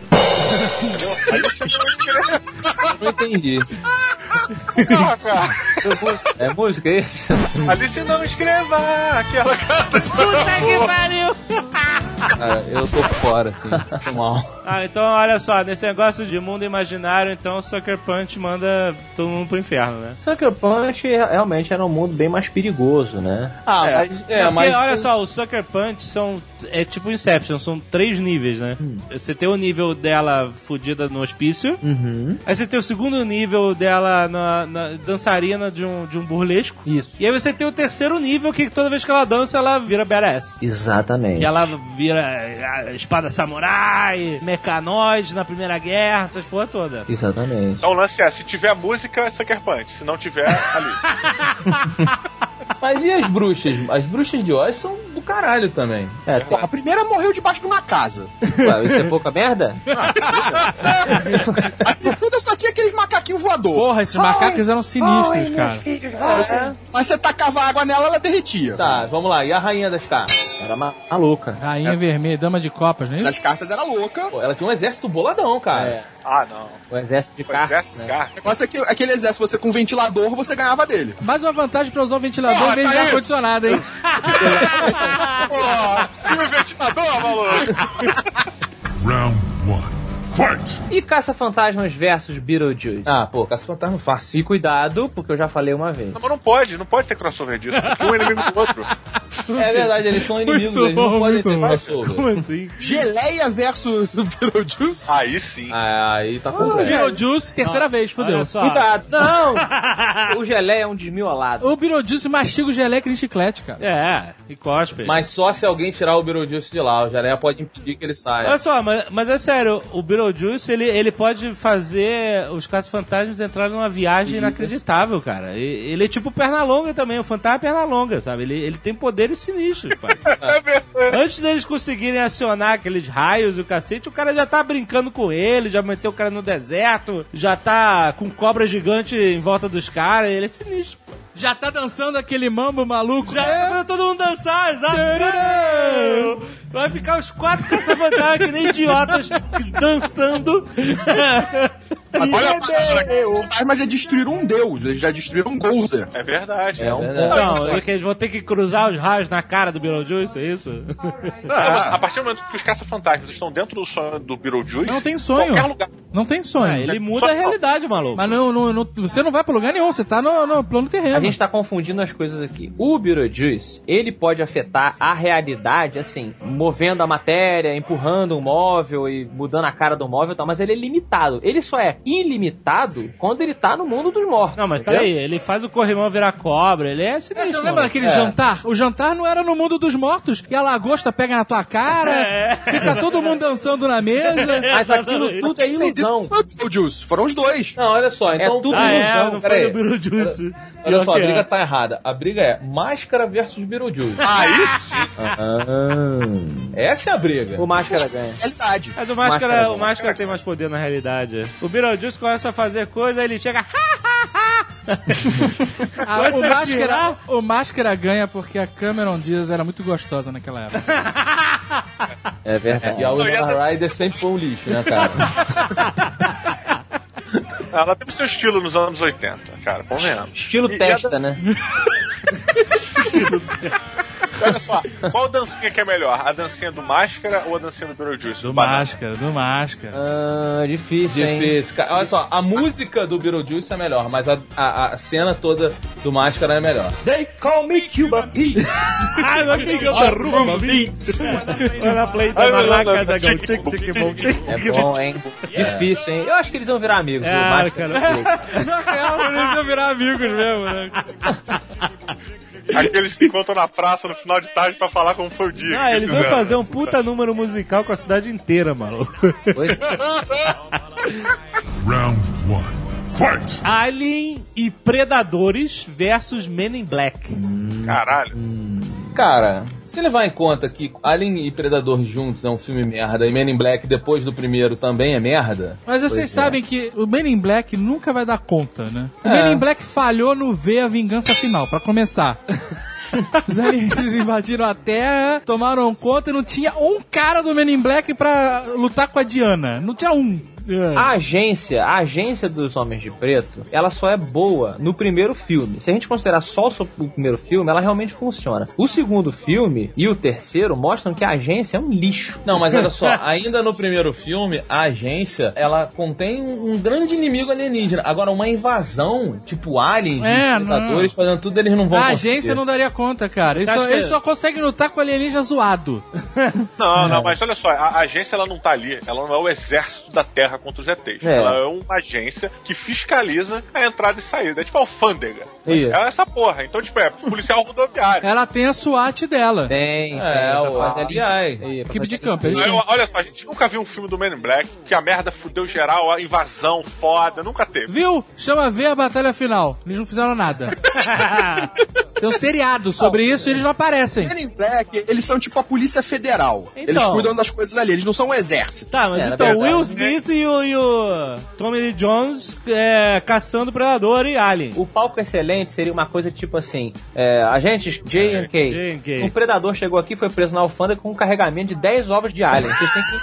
Não entendi. Porra, cara. é música isso? Alice não escreva aquela carta de Puta que amor. pariu! Cara, eu tô fora, assim, tô mal. Ah, então olha só, nesse negócio de mundo imaginário, então o Sucker Punch manda todo mundo pro inferno, né? Sucker Punch realmente era um mundo bem mais perigoso, né? Ah, É. mas... É, Porque, mas... olha só, o Sucker Punch são. É tipo Inception, são três níveis, né? Você tem o nível dela fudida no hospício. Uhum. Aí você tem o segundo nível dela na, na dançarina de um, de um burlesco. Isso. E aí você tem o terceiro nível, que toda vez que ela dança, ela vira badass. Exatamente. Que ela vira a espada samurai, mecanoide na Primeira Guerra, essas porra toda. Exatamente. Então o lance é, se tiver música, é Sucker Punch. Se não tiver, Alice. Mas e as bruxas? As bruxas de Oz são do caralho também. É, Pô, a primeira morreu debaixo de uma casa. ué, isso é pouca merda? A segunda só tinha aqueles macaquinhos voador. Porra, esses macacos eram sinistros, cara. É. Mas você tacava água nela, ela derretia. Tá, vamos lá. E a rainha das cartas? Era ma- maluca. Rainha vermelha, dama de copas, não é Das isso? cartas era louca. Pô, ela tinha um exército boladão, cara. É. Ah, não. O exército de Foi cartas, exército de né? carro. O negócio é que aquele exército, você com ventilador, você ganhava dele. Mais uma vantagem pra usar o ventilador Porra, em vez tá de aí. ar-condicionado, hein? Pô, e o ventilador, maluco? Round one. Fight! E Caça-Fantasmas versus Beetlejuice? Ah, pô, Caça-Fantasma fácil. E cuidado, porque eu já falei uma vez. Não, mas não pode, não pode ter crossover disso, porque um é inimigo do outro. É verdade, eles são inimigos, Muito eles não bom, podem muito ter bom. crossover. Como assim? Geleia versus Beetlejuice. Aí sim. Ah, aí tá complexo. Beetlejuice, terceira vez, fudeu. Olha só. Cuidado. Não! O Geleia é um desmiolado. O Beetlejuice mastiga o geleia que nem chiclete, cara. É, e cospe. Mas só se alguém tirar o Beetlejuice de lá, o Jaleia pode impedir que ele saia. Olha só, mas, mas é sério, o Beetlejuice, ele, ele pode fazer os Caça-Fantasmas entrarem numa viagem inacreditável, cara. E- Ele é tipo Pernalonga também, o fantasma é Pernalonga, sabe? Ele, ele tem poderes sinistros, pai. Antes deles conseguirem acionar aqueles raios e o cacete, o cara já tá brincando com ele, já meteu o cara no deserto, já tá com cobra gigante em volta dos caras, ele é sinistro, pô. Já tá dançando aquele mambo maluco. Já é pra todo mundo dançar, exato. Vai ficar os quatro caça-fantasmas que nem idiotas dançando. Olha a parada, os fantasmas já destruíram um deus, eles já destruíram um Gozer. É verdade. É um Não, é que eles vão ter que cruzar os raios na cara do Beetlejuice, é isso? A partir do momento que os caça-fantasmas estão dentro do sonho do Beetlejuice, Não tem sonho. qualquer lugar. Não tem sonho. Ah, ele muda a realidade, maluco. Mas não, não, não- você não vai pra lugar nenhum, você tá no, no plano terreno. A gente tá confundindo as coisas aqui. O Beetlejuice, ele pode afetar a realidade, assim, movendo a matéria, empurrando um móvel e mudando a cara do móvel e tal, mas ele é limitado. Ele só é ilimitado quando ele tá no mundo dos mortos. Não, mas entendeu? peraí, ele faz o corrimão virar cobra, ele é É, sinistro. você não lembra maluco. daquele É. jantar? O jantar não era no mundo dos mortos e a lagosta pega na tua cara, É. fica todo mundo dançando na mesa. Mas aquilo tudo é Quem fez isso ilusão. não foi o Beetlejuice, foram os dois. Não, olha só, então... tudo Ah, é, ilusão, não peraí. foi o Beetlejuice. Olha Pior só, a que é. briga tá errada. A briga é Máscara versus Beetlejuice. Aí sim. Ah. Essa é a briga. O Máscara ganha. Realidade. Mas o Máscara, Máscara o Máscara tem mais poder na realidade. O Beetlejuice começa a fazer coisa, ele chega... Ah, Vai o, ser máscara, pior. o Máscara ganha porque a Cameron Diaz era muito gostosa naquela época. É verdade. E a Winona Ryder sempre foi um lixo, né, cara? Ela teve seu estilo nos anos oitenta, cara, convenhamos. Estilo E- e testa, a dan- né? Olha só, qual dancinha que é melhor? A dancinha do Máscara ou a dancinha do Beetlejuice? Do Banana? Máscara, do Máscara. Ah, difícil, hein? Difícil. Cara, olha só, a música do Beetlejuice é melhor, mas a, a, a cena toda do Máscara é melhor. They call me Cuba Pete. Ai, meu amigo, eu arrumo Olha a play da maraca da Gal. Tic, tic, bom, tic, É tic, bom, hein? Difícil, hein? Eu acho que eles vão virar amigos. viu? É, Máscara cara. e Pete. Na real, eles iam virar amigos mesmo, né? Aqueles se encontram na praça no final de tarde pra falar como foi o dia. Ah, que eles vão fizeram. fazer um puta número musical com a cidade inteira, maluco. Pois- Round one. Fight! Alien e Predadores versus Men in Black. Caralho. Cara, se levar em conta que Alien e Predador juntos é um filme merda e Men in Black depois do primeiro também é merda... Mas vocês pois sabem é. que o Men in Black nunca vai dar conta, né? O É. Men in Black falhou no ver a vingança final, pra começar. Os aliens invadiram a Terra, tomaram conta e não tinha um cara do Men in Black pra lutar com a Diana. Não tinha um. A agência, a agência dos Homens de Preto, ela só é boa no primeiro filme. Se a gente considerar só o primeiro filme, ela realmente funciona. O segundo filme e o terceiro mostram que a agência é um lixo. Não, mas olha só, ainda no primeiro filme, a agência, ela contém um, um grande inimigo alienígena. Agora, uma invasão, tipo aliens, É, predadores, fazendo tudo, eles não vão A conseguir. agência não daria conta, cara. Eles Você só, acha eles que- só conseguem lutar com o alienígena zoado. Não, não, mas olha só, a, a agência ela não tá ali, ela não é o exército da Terra contra os E Tês. É. Ela é uma agência que fiscaliza a entrada e saída. É tipo a alfândega. Isso. Ela é essa porra. Então, tipo, é policial rodoviário. Ela tem a SWAT dela. Tem, É, tem, o pra fazer ali- F B I. Aí, pra Equipe de fazer- campo. Eles Eu- têm. olha só, a gente nunca viu um filme do Men in Black que a merda fudeu geral, a invasão foda, nunca teve. Viu? Chama ver a batalha final. Eles não fizeram nada. Tem um seriado sobre isso e eles não aparecem. Men in Black, eles são tipo a Polícia Federal. Então. Eles cuidam das coisas ali, eles não são um exército. Tá, mas É, na então verdade, Will Smith e o, e o Tommy Lee Jones é, caçando Predador e Alien. O palco excelente seria uma coisa tipo assim: é, agentes J and K. J and K. Um predador chegou aqui, foi preso na alfândega com um carregamento de dez ovos de alien. Vocês têm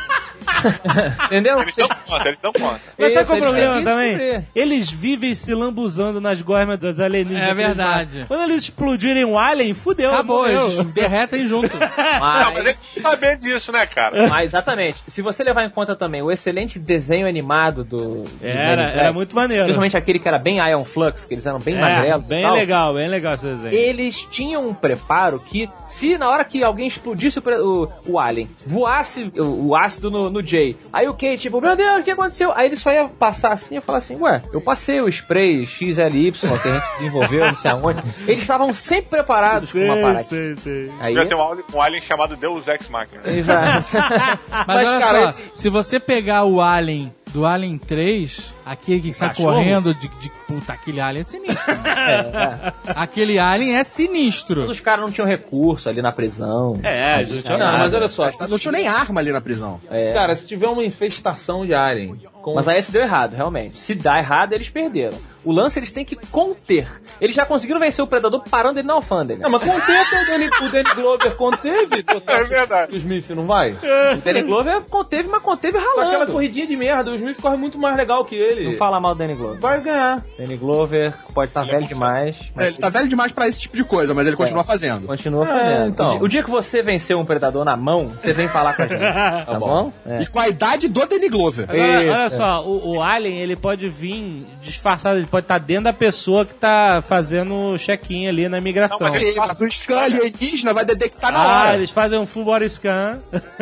que. Entendeu? Eles dão conta, eles dão conta. Mas sabe qual é o Isso, eles problema têm que também? descobrir. Eles vivem se lambuzando nas gosmas dos alienígenas. É que eles verdade. matam. Quando eles explodirem um alien, fudeu. Acabou, morreu. eles derretem junto. Não, mas Mas, eles sabem disso, né, cara? mas exatamente. Se você levar em conta também o excelente desenho animado do. do Era, Men in Black, era muito maneiro. Principalmente aquele que era bem Ion Flux, que eles eram bem É, magrelos. e bem tal. legal, bem legal esse desenho. Eles tinham um preparo que, se na hora que alguém explodisse o, pre- o, o alien, voasse o, o ácido no, no Jay, aí o Kay, tipo, meu Deus, o que aconteceu? Aí ele só ia passar assim e falar assim, ué, eu passei o spray X L Y que a gente desenvolveu, não sei aonde. Eles estavam sempre preparados com uma parada. Sei, sei. Aí, Já tem um alien, um alien chamado Deus Ex Machina. exato. Mas, Mas, olha cara, só, se você pegar o Alien do Alien três, aquele que sai Cachorro? correndo de, de... Puta, aquele Alien é sinistro. É, é. Aquele Alien é sinistro. Os caras não tinham recurso ali na prisão. É, gente, Não, mas olha só, Não tinha nem arma ali na prisão. É. cara, se tiver uma infestação de alien... Com... Mas aí se deu errado, realmente. Se dá errado, eles perderam. O lance eles têm que conter. Eles já conseguiram vencer o Predador parando ele na alfândega. Não, mas conter até o Danny, o Danny Glover conteve. É verdade. O Smith não vai? O Danny Glover conteve, mas conteve Com ralando. aquela corridinha de merda, o Smith corre muito mais legal que ele. Não fala mal do Danny Glover. Vai ganhar. Danny Glover pode estar velho demais, mas É, ele tá velho demais pra esse tipo de coisa, mas ele continua fazendo. continua É, fazendo. então. O, dia, o dia que você venceu um Predador na mão, você vem falar com a gente. Tá, bom? É. E com a idade do Danny Glover. Agora, Isso, olha é. só, o, o Alien, ele pode vir disfarçado, ele pode estar dentro da pessoa que tá fazendo o check-in ali na imigração. Não, mas ele- Sim, mas o scan alienígena vai detectar na Ah, hora. eles fazem um full body scan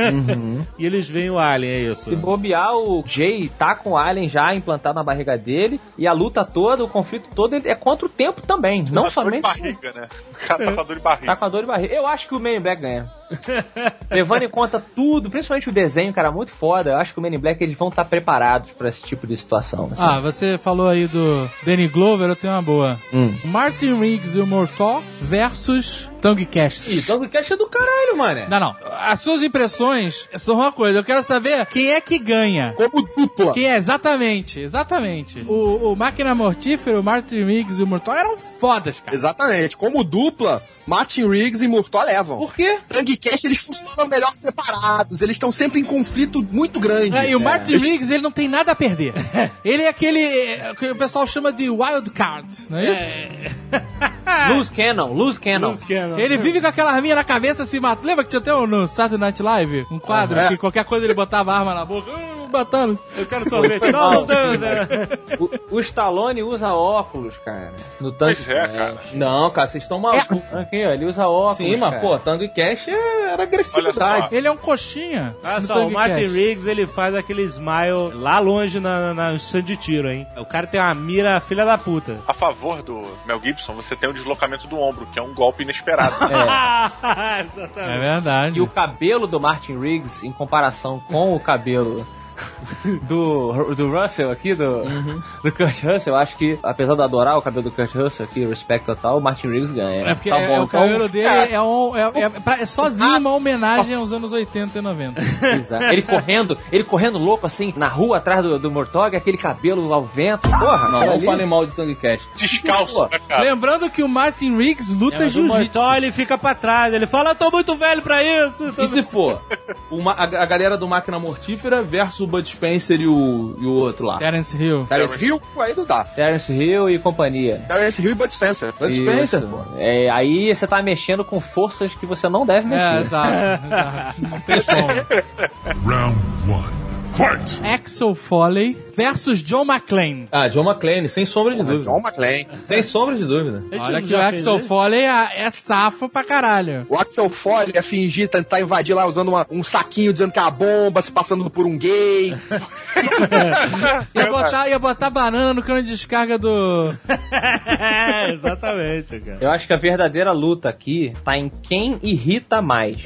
e eles veem o Alien, é isso. Se bobear, o Jay tá com o Alien já implantado na barriga dele e a luta toda, o conflito todo ele é contra o tempo também. Não Tá com dor de somente barriga, né? O cara tá com dor de barriga. tá com a dor de barriga. Eu acho que o Men in Black ganha. Levando em conta tudo, principalmente o desenho, cara, muito foda. Eu acho que o Men in Black eles vão estar preparados pra esse tipo de situação. assim. Ah, você falou aí do Danny Glover, eu tenho uma boa. Hum. Martin Riggs e o Murtaugh versus Tango Ih, Cassidy. então o cast é do caralho, mano. Não, não. As suas impressões são uma coisa. Eu quero saber quem é que ganha. Como dupla. Quem é? Exatamente, exatamente. O, o Máquina Mortífera, o Martin Riggs e o Murtaugh eram fodas, cara. Exatamente. Como dupla, Martin Riggs e Murtaugh levam. Por quê? Tang e Cash, eles funcionam melhor separados. Eles estão sempre em conflito muito grande. É, e o Martin Eles- Riggs, ele não tem nada a perder. Ele é aquele é, que o pessoal chama de wild card, não é isso? Loose Cannon, Loose Cannon. Loose Cannon. Ele vive com aquela arminha na cabeça se mata. Lembra que tinha até um- no Saturday Night Live um quadro É. que qualquer coisa ele botava a arma na boca. Uh, matando. Eu quero sorvete. Não, não tem. O, o Stallone usa óculos, cara. No tanque. Pois é, cara. Não, cara, vocês estão malucos. Aqui, ó, ele usa óculos. Sim, mas, cara. pô, Tango e Cash é- era agressividade. Ele é um coxinha. Olha do só, Tango o Martin Cash. Riggs, ele faz aquele smile lá longe na, na estação de tiro, hein? O cara tem uma mira filha da puta. A favor do Mel Gibson, você tem o deslocamento do ombro, que é um golpe inesperado. É Exatamente. verdade. E o cabelo do Martin Riggs, em comparação com o cabelo do, do Russell aqui, do, uhum. do Kurt Russell, eu acho que, apesar de adorar o cabelo do Kurt Russell aqui, respeito total, o Martin Riggs ganha. É porque tá é, bom, é, o então, cabelo dele é, é, um, é, é, pra, é sozinho uma homenagem aos anos oitenta e noventa. Exato. Ele correndo, ele correndo louco assim, na rua atrás do, do Murtaugh, aquele cabelo ao vento. Porra, não, não fale mal de Tango Cat. Descalço, né, cara? Lembrando que o Martin Riggs luta é, jiu-jitsu. Ele fica pra trás, ele fala, eu tô muito velho pra isso. E se for uma, a, a galera do Máquina Mortífera versus o Bud Spencer e o, e o outro lá? Terence Hill. Terence Hill? Aí não dá. Terence Hill e companhia. Terence Hill e Bud Spencer. Bud Spencer, pô. É, aí você tá mexendo com forças que você não deve mexer. É, exato, exato. Não tem como. Round one. Fight! Axel Foley versus John McClane. Ah, John McClane, sem sombra de dúvida. John McClane. Sem sombra de dúvida. Olha que o Axel Foley é, é safo pra caralho. O Axel Foley ia fingir, tentar invadir lá usando uma, um saquinho dizendo que é a bomba, se passando por um gay. ia, botar, ia botar banana no cano de descarga do... É, exatamente, cara. Eu acho que a verdadeira luta aqui tá em quem irrita mais.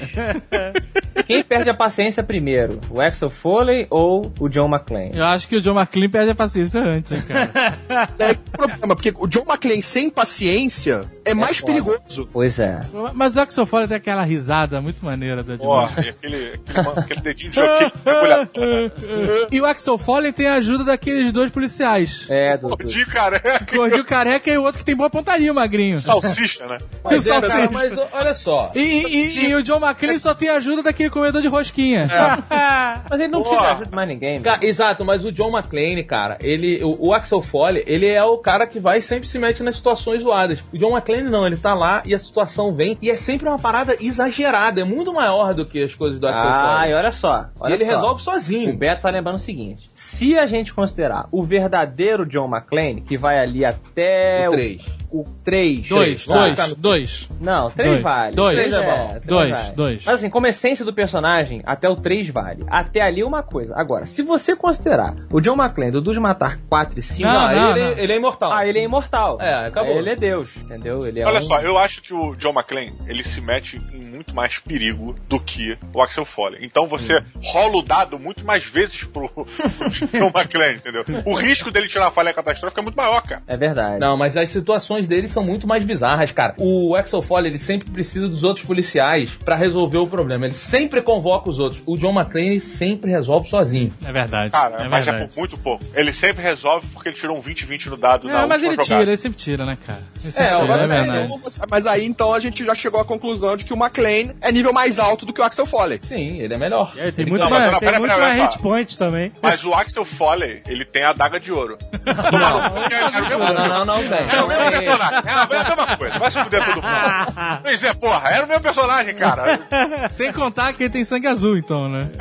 Quem perde a paciência primeiro? O Axel Foley ou o John McClane? Eu acho que o John McClane perde a paciência antes, hein, cara. É o problema, porque o John McClane sem paciência é mais é perigoso. Pois é. Mas o Axel Foley tem aquela risada muito maneira do John Ó, McClane. e aquele, aquele, aquele dedinho de joquinho mergulhado. E o Axel Foley tem a ajuda daqueles dois policiais. É, do... Gordinho careca. Gordinho careca e o outro que tem boa pontaria, o magrinho. Salsicha, né? Mas, é, Salsicha. cara, mas olha só. E, e, e o John McClane só tem a ajuda daquele comedor de rosquinha. Mas ele não precisa de ajuda de mais ninguém. Ca- Exato, mas o John McClane, cara, ele, o, o Axel Foley, ele é o cara que vai e sempre se mete nas situações zoadas. O John McClane não, ele tá lá e a situação vem e é sempre uma parada exagerada, é muito maior do que as coisas do Axel Ah, Foley. e olha só. Olha E ele só. resolve O sozinho. Beto tá lembrando o seguinte: se a gente considerar o verdadeiro John McClane, que vai ali até O três. O três. Dois, Vai. dois, dois. Não, três Dois. vale. Dois. Três Três é é, bom. três Dois, vale. dois. Mas assim, como essência do personagem, até o três vale. Até ali uma coisa. Agora, se você considerar o John McClane do Dos Matar quatro e cinco... Não, Ah, não, ele, não. ele é imortal. Ah, ele é imortal. É, acabou. Ele é Deus, entendeu? Ele é Olha um... só, eu acho que o John McClane, ele se mete em muito mais perigo do que o Axel Foley. Então você hum. rola o dado muito mais vezes pro, pro John McClane, entendeu? O risco dele tirar uma falha catastrófica é muito maior, cara. É verdade. Não, mas as situações dele são muito mais bizarras, cara. O Axel Foley, ele sempre precisa dos outros policiais pra resolver o problema. Ele sempre convoca os outros. O John McClane sempre resolve sozinho. É verdade. Cara, é mas verdade. é por muito pouco. Ele sempre resolve porque ele tirou um vinte vinte no dado É, na mas ele última tira, jogada. ele sempre tira, né, cara? Ele É, sempre tira, agora é verdade. não, mas, mas aí então a gente já chegou à conclusão de que o McClane é nível mais alto do que o Axel Foley. Sim, ele é melhor. É, tem Ele- muito Não, mas mais, não, tem pera, muito pera, mais pera hit só. point também. Mas o Axel Foley, ele tem a adaga de ouro. Era o mesmo- Não, não, não, não, velho. Era o mesmo personagem. Era a mesma coisa. Vai se fuder todo mundo. Pois é, porra, era o mesmo personagem, cara. Sem contar que ele tem sangue azul, então, né?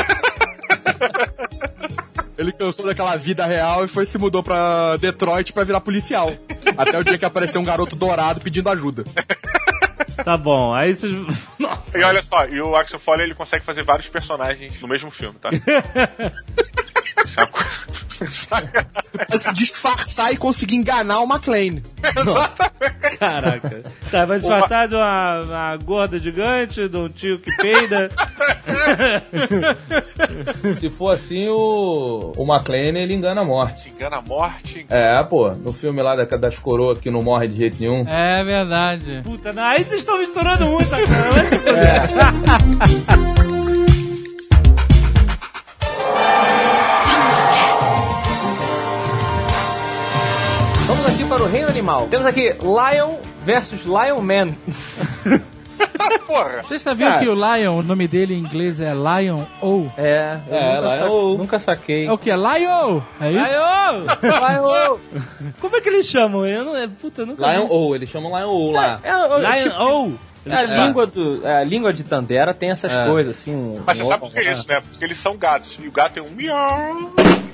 Ele cansou daquela vida real e foi se mudou pra Detroit pra virar policial. Até o dia que apareceu um garoto dourado pedindo ajuda. Tá bom, aí vocês... Nossa. E olha só, e o Axel Foley, ele consegue fazer vários personagens no mesmo filme, tá? Isso é uma coisa... Pra se disfarçar e conseguir enganar o McClane. Caraca. Tá, vai disfarçar de uma, uma gorda gigante, de um tio que peida. Se for assim, o, o McClane, ele engana a morte. Engana a morte. É, pô, no filme lá da, das coroas que não morre de jeito nenhum. É verdade. Puta, não, aí vocês estão misturando muito, cara. Vai se fuder. Vamos aqui para o reino animal. Temos aqui Lion versus Lion Man. Porra. Você sabiam Cara. que o Lion, o nome dele em inglês é Lion O? É, eu É, nunca, Lion sa- O. nunca saquei. É o que? É Lion! É isso? Lion! Lion Como é que eles chamam? Eu não, é, puta, eu nunca Lion vi. O, eles chamam Lion O lá. É, é, é, Lion tipo- O! A língua, do, a língua de Tandera tem essas É. coisas, assim. Um, Mas você um sabe outro- por que é isso, né? Porque eles são gatos. E o gato tem um miau.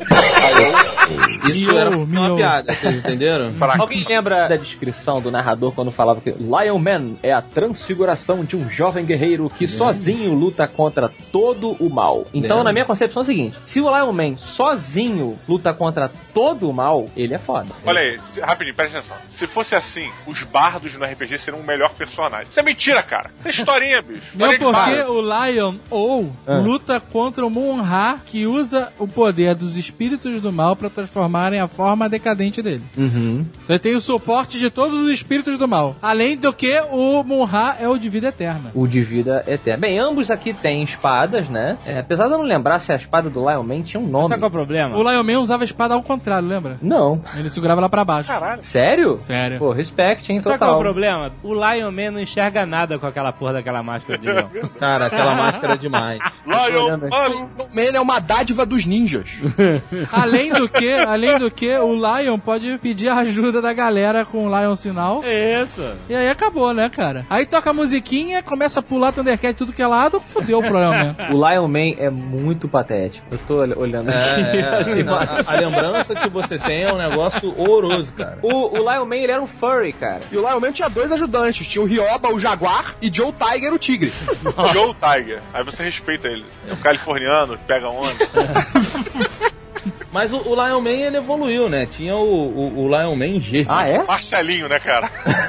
Isso era uma piada, vocês entenderam? Alguém lembra da descrição do narrador quando falava que Lion Man é a transfiguração de um jovem guerreiro que sozinho luta contra todo o mal? Então, Lembra. na minha concepção é o seguinte, se o Lion Man sozinho luta contra todo o mal, ele é foda. Olha aí, se, rapidinho, presta atenção. Se fosse assim, os bardos no R P G seriam o melhor personagem. Isso é mentira, cara. Isso é historinha, bicho. Não, Historinha de porque bardo. o Lion ou Ah. luta contra o Moon-Ra, que usa o poder dos espíritos do mal pra transformarem a forma decadente dele. Uhum. Então ele tem o suporte de todos os espíritos do mal. Além do que o Moon-Ra é o de vida eterna. O de vida eterna. Bem, ambos aqui têm espadas, né? É, apesar de eu não lembrar se a espada do Lion Man tinha um nome. Sabe qual é o problema? O Lion Man usava a espada ao contrário, lembra? Não. Ele segurava lá pra baixo. Caralho. Sério? Sério. Pô, respect, hein, Sabe qual é o total. problema? O Lion Man não enxerga nada com aquela porra daquela máscara de leão. Cara, aquela máscara é demais. Lion, olhando aqui. mano. O Man é uma dádiva dos ninjas. Além do que, além do que, o Lion pode pedir a ajuda da galera com o Lion Sinal. Isso. E aí acabou, né, cara? Aí toca a musiquinha, começa a pular Thundercat tudo que é lado, fudeu o problema mesmo. O Lion Man é muito patético. Eu tô ol- olhando aqui. É, é, assim, a, a- a lembrança que você tem é um negócio horroroso, cara. o, o Lion Man, ele era um furry, cara. E o Lion Man tinha dois ajudantes. Tinha o Ryoba, o Jaguar, e Joe Tiger, o Tigre. Joe Tiger. Aí você respeita ele. É um californiano, pega onda. Mas o, o Lion Man, ele evoluiu, né? Tinha o, o, o Lion Man G. Ah, é? Marcelinho, né, cara?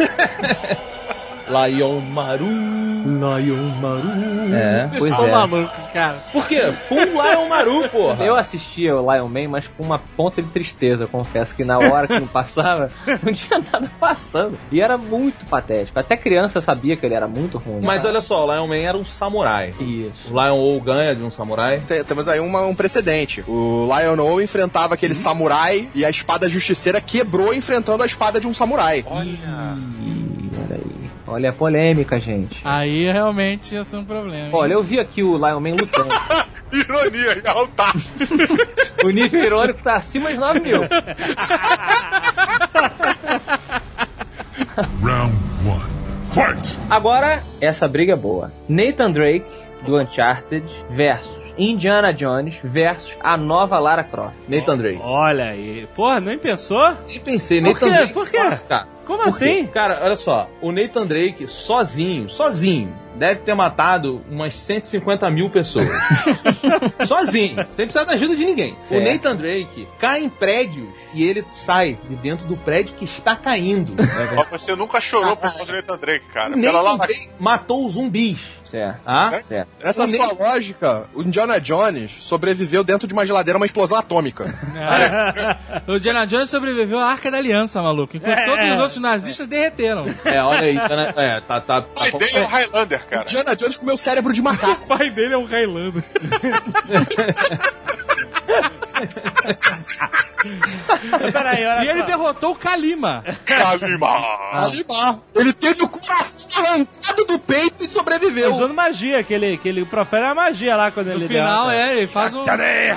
Lion Maru. Lion Maru. É, Pois São é. malucos, cara. Por quê? Full Lion Maru, porra. Eu assistia o Lion Man, mas com uma ponta de tristeza. Eu confesso que na hora que não passava, não tinha nada passando. E era muito patético. Até criança sabia que ele era muito ruim. Mas olha só, o Lion Man era um samurai. Isso. O Lion O ganha de um samurai. Tem- Temos aí uma- um precedente. O Lion O enfrentava aquele samurai e a espada justiceira quebrou enfrentando a espada de um samurai. Olha. Ih, olha aí. Olha a polêmica, gente. Aí realmente ia ser um problema. hein? Olha, eu vi aqui o Lion Man lutando. Ironia, altar. O nível irônico tá acima de nove mil. Round one. Fight! Agora, essa briga é boa. Nathan Drake, do Uncharted, versus Indiana Jones, versus a nova Lara Croft. Nathan Drake. Olha aí. Porra, nem pensou? Nem pensei, Por Nathan quê? Drake. Por quê? forte, cara. Como Por assim? quê? Cara, olha só. O Nathan Drake, sozinho, sozinho, deve ter matado umas cento e cinquenta mil pessoas. Sozinho. Sem precisar da ajuda de ninguém. Certo. O Nathan Drake cai em prédios e ele sai de dentro do prédio que está caindo. Mas você nunca chorou por causa do Nathan Drake, cara. E Pela Nathan lá, Drake matou os zumbis. Certo. Ah? Certo. Nessa O sua Ne- lógica, o Indiana Jones sobreviveu dentro de uma geladeira uma explosão atômica. O Indiana Jones sobreviveu à Arca da Aliança, maluco. Enquanto É. todos os outros nazistas derreteram. É, olha aí. Tá, na- é, tá, tá, tá, O pai dele é um Highlander, cara. Indiana Jones comeu cérebro de macaco. O pai dele é um Highlander. Peraí, olha E ele só. derrotou o Kalima. Kalima. Ali, lá. Ele teve o coração arrancado do peito e sobreviveu. Usando magia, que ele, que ele profere a magia lá quando No ele final, derrota. é, ele faz um...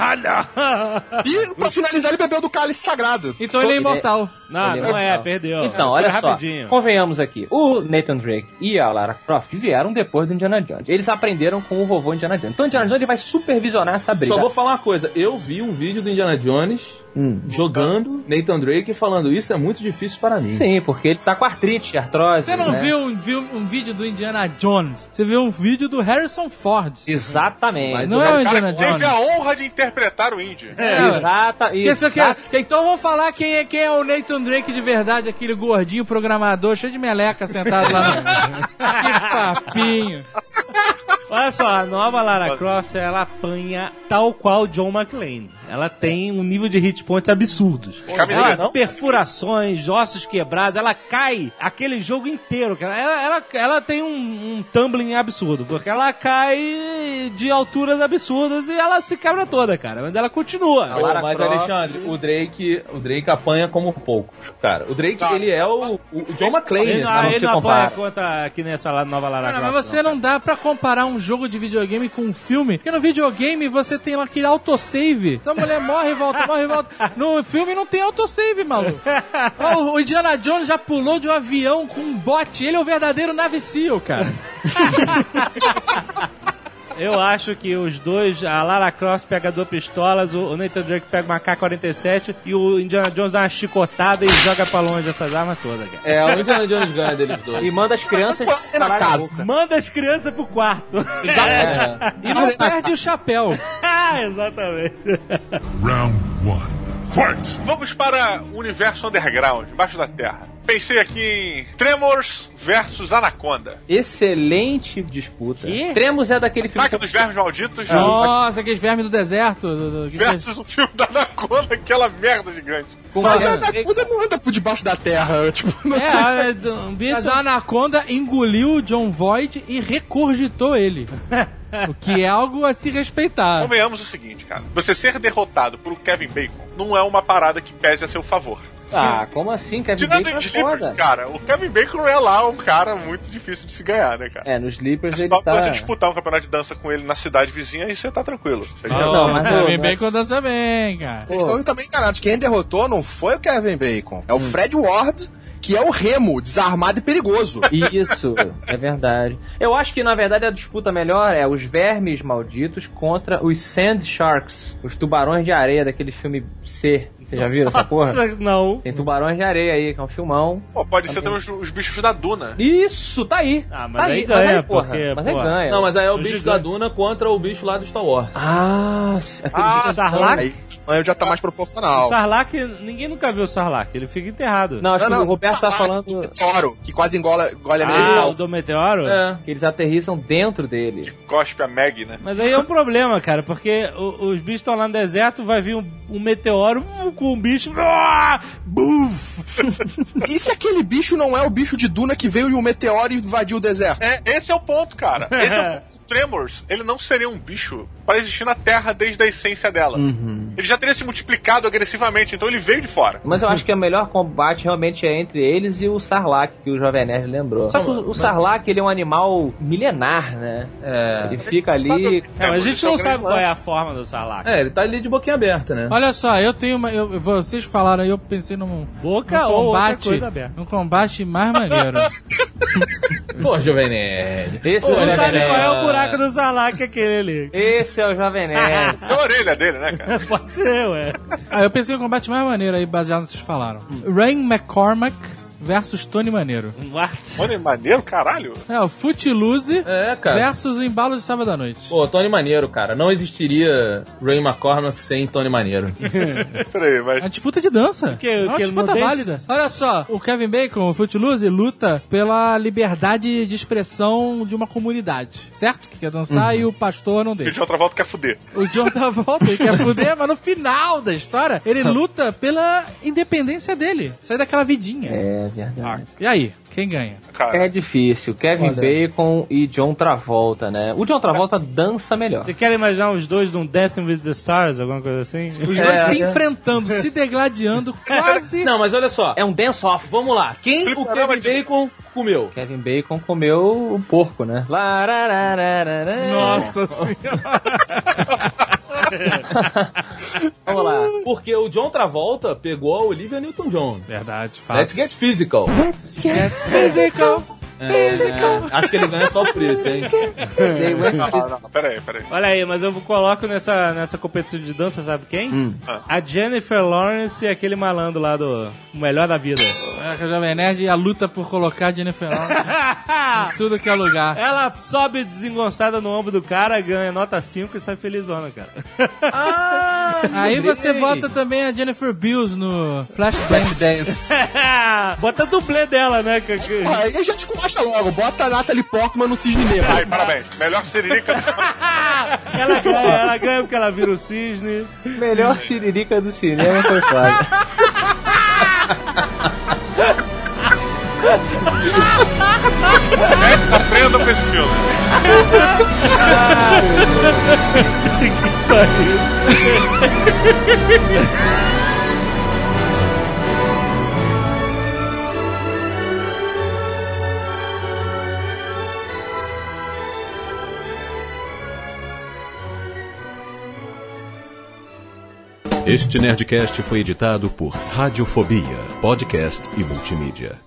E pra finalizar, ele bebeu do cálice sagrado. Então ele é imortal. Não, Ele não é é, legal. perdeu. Então, Foi olha só, rapidinho. convenhamos aqui, o Nathan Drake e a Lara Croft vieram depois do Indiana Jones. Eles aprenderam com o vovô Indiana Jones. Então o Indiana Jones ele vai supervisionar essa briga. Só vou falar uma coisa. Eu vi um vídeo do Indiana Jones Hum. jogando Nathan Drake falando isso é muito difícil para mim. Sim, porque ele tá com artrite, artrose. Você não né? viu, um, viu um vídeo do Indiana Jones? Você viu um vídeo do Harrison Ford. Exatamente. Mas Não o é o Cara, Indiana teve Jones. a honra de interpretar o Indy. É, Exata, Que isso aqui é- exata- que- então vamos falar quem é, quem é o Nathan Drake de verdade, aquele gordinho programador, cheio de meleca sentado lá no... Que papinho. Olha só, a nova Lara Croft, ela apanha tal qual John McClane. Ela tem um nível de hit points absurdos. Camiseta. Ela, perfurações, ossos quebrados, ela cai aquele jogo inteiro, cara. Ela, ela, ela tem um, um tumbling absurdo, porque ela cai de alturas absurdas e ela se quebra toda, cara. Mas ela continua. Pô, Lara mas Croft- Alexandre, o Drake, o Drake apanha como poucos, cara. O Drake, ele é o, o John McClane. Ele, sabe? não, não ele se não compara. apanha contra que nessa lá nova Lara Cara, Croft. mas você não dá pra comparar um jogo de videogame com um filme, porque no videogame você tem lá aquele autosave. Então a mulher morre e volta, morre e volta. No filme não tem autosave, maluco. Ó, O, o Indiana Jones já pulou de um avião com um bote. Ele é o verdadeiro Navy Seal, cara. Eu acho que os dois, a Lara Croft pega duas pistolas, o Nathan Drake pega uma K quarenta e sete e o Indiana Jones dá uma chicotada e joga pra longe essas armas todas, cara. É, o Indiana Jones ganha deles dois. E manda as crianças na casa. Manda as crianças pro quarto. Exatamente. E não perde o chapéu. Ah, exatamente. Round one. Fight! Vamos para o universo underground, embaixo da terra. Pensei aqui em Tremors versus Anaconda. Excelente disputa. Que? Tremors é daquele filme... Ataque dos Vermes Malditos Nossa, aqueles vermes do deserto. Do, do, que versus o filme da Anaconda, aquela merda gigante. Com Mas a Kevin Anaconda não anda por debaixo da terra. Tipo, não... É, é, um bicho... Mas a Anaconda engoliu o John Voight e recurgitou ele. O que é algo a se respeitar. Convenhamos o seguinte, cara. Você ser derrotado por um Kevin Bacon não é uma parada que pese a seu favor. Ah, como assim? Kevin Tirando Bacon em é Sleepers, foda. cara, o Kevin Bacon é lá um cara muito difícil de se ganhar, né, cara? É, nos Sleepers É ele só tá... você disputar um campeonato de dança com ele na cidade vizinha e você tá tranquilo. Você já- Não, mas Kevin eu- Bacon dança bem, cara. Vocês estão também enganados. Quem derrotou não foi o Kevin Bacon. É o Fred Ward, que é o Remo, desarmado e perigoso. Isso, é verdade. Eu acho que, na verdade, a disputa melhor é os vermes malditos contra os Sand Sharks, os tubarões de areia daquele filme C. Vocês já viram essa porra? Nossa, não. Tem tubarões de areia aí, que é um filmão. Pô, pode ser também os, os bichos da Duna. Isso, tá aí. Ah, mas tá aí aí, ganha, mas aí, porra. porque, Mas aí porra. ganha. Não, mas aí é o Os bicho gigantes. da Duna contra o bicho lá do Star Wars. Ah, aquele Ah, bicho Sarlacc? aí. Aí já tá mais O proporcional. Sarlacc, ninguém nunca viu o Sarlacc, ele fica enterrado. Não, acho Não, que não, o Roberto tá Sarlacc falando do Meteoro, que quase engola, engole a Ah, menina o do Meteoro? É. que eles aterrissam dentro dele. Cospe a Meg, né? Mas aí é um problema, cara, porque o- os bichos estão lá no deserto, vai vir um, um meteoro uh, com um bicho. Ah, buf! E se aquele bicho não é o bicho de Duna que veio e um meteoro e invadiu o deserto? É, esse é o ponto, cara. Esse é o ponto. O Tremors, ele não seria um bicho para existir na Terra desde a essência dela. Ele já teria se multiplicado agressivamente, então ele veio de fora. Mas eu acho que o melhor combate realmente é entre eles e o Sarlacc, que o Jovem Nerd lembrou. Só que o, o Sarlacc, ele é um animal milenar, né? É. Ele fica ali... É, mas a gente esse é o não grande sabe qual lance. é a forma do Sarlacc. É, ele tá ali de boquinha aberta, né? Olha só, eu tenho uma. eu- vocês falaram aí, eu pensei num, Boca num ou outra combate. coisa aberta. Num combate mais maneiro. Pô, Jovem Nerd. Esse Pô, é o Não Jovem sabe Nerd. qual é o buraco do Sarlacc aquele ali. Esse é o Jovem Nerd. Essa é a orelha dele, né, cara? Pode ser, ué. Ah, eu pensei no combate mais maneiro aí, baseado no que vocês falaram. Rain McCormack versus Tony Maneiro. What? Olha, maneiro, caralho. É, o Footloose É, cara. versus o Embalo de Sábado à Noite. Pô, Tony Maneiro, cara. Não existiria Ray McCormack sem Tony Maneiro. Peraí, mas... A disputa de dança. que- é uma que disputa não tem- válida. Olha só, o Kevin Bacon, o Footloose, luta pela liberdade de expressão de uma comunidade, certo? Que quer dançar e o pastor não Ele deixa. de outra volta quer fuder. O John Travolta, ele quer fuder, mas no final da história, ele luta pela independência dele. Sair daquela vidinha. É verdade. E aí, quem ganha? Cara, É difícil. Kevin Olha. Bacon e John Travolta, né? O John Travolta dança melhor. Você quer imaginar os dois num Dancing with the Stars, alguma coisa assim? Os dois É, se é. enfrentando, se degladiando, quase... Não, mas olha só. É um dance-off. Vamos lá. Quem o Fliperama Kevin de- Bacon comeu? Kevin Bacon comeu o porco, né? Lararararara. Nossa senhora. Vamos lá. Porque o John Travolta pegou a Olivia Newton-John. Verdade, fato. Let's get physical. Physical. É, acho que ele ganha só o preço, hein? They went não, to- não, não, peraí, peraí. Olha aí, mas eu coloco nessa, nessa competição de dança, sabe quem? A Jennifer Lawrence e aquele malandro lá do O Melhor da Vida. É, a Jovem Nerd e a luta por colocar Jennifer Lawrence em tudo que é lugar. Ela sobe desengonçada no ombro do cara, ganha nota cinco e sai felizona, cara. Ah, Aí lembrei. você bota também a Jennifer Beals no Flash Flash Dance. Dance. Bota dublê dela, né? que- que- Pô, aí a gente começa logo, bota a Natalie Portman no Cisne Negro. Ai, parabéns. Melhor siririca do Ela ganha, ela ganha porque ela vira o cisne. Melhor siririca do cinema foi foda. Aprenda com esse filme. Este Nerdcast foi editado por Radiofobia, podcast e multimídia.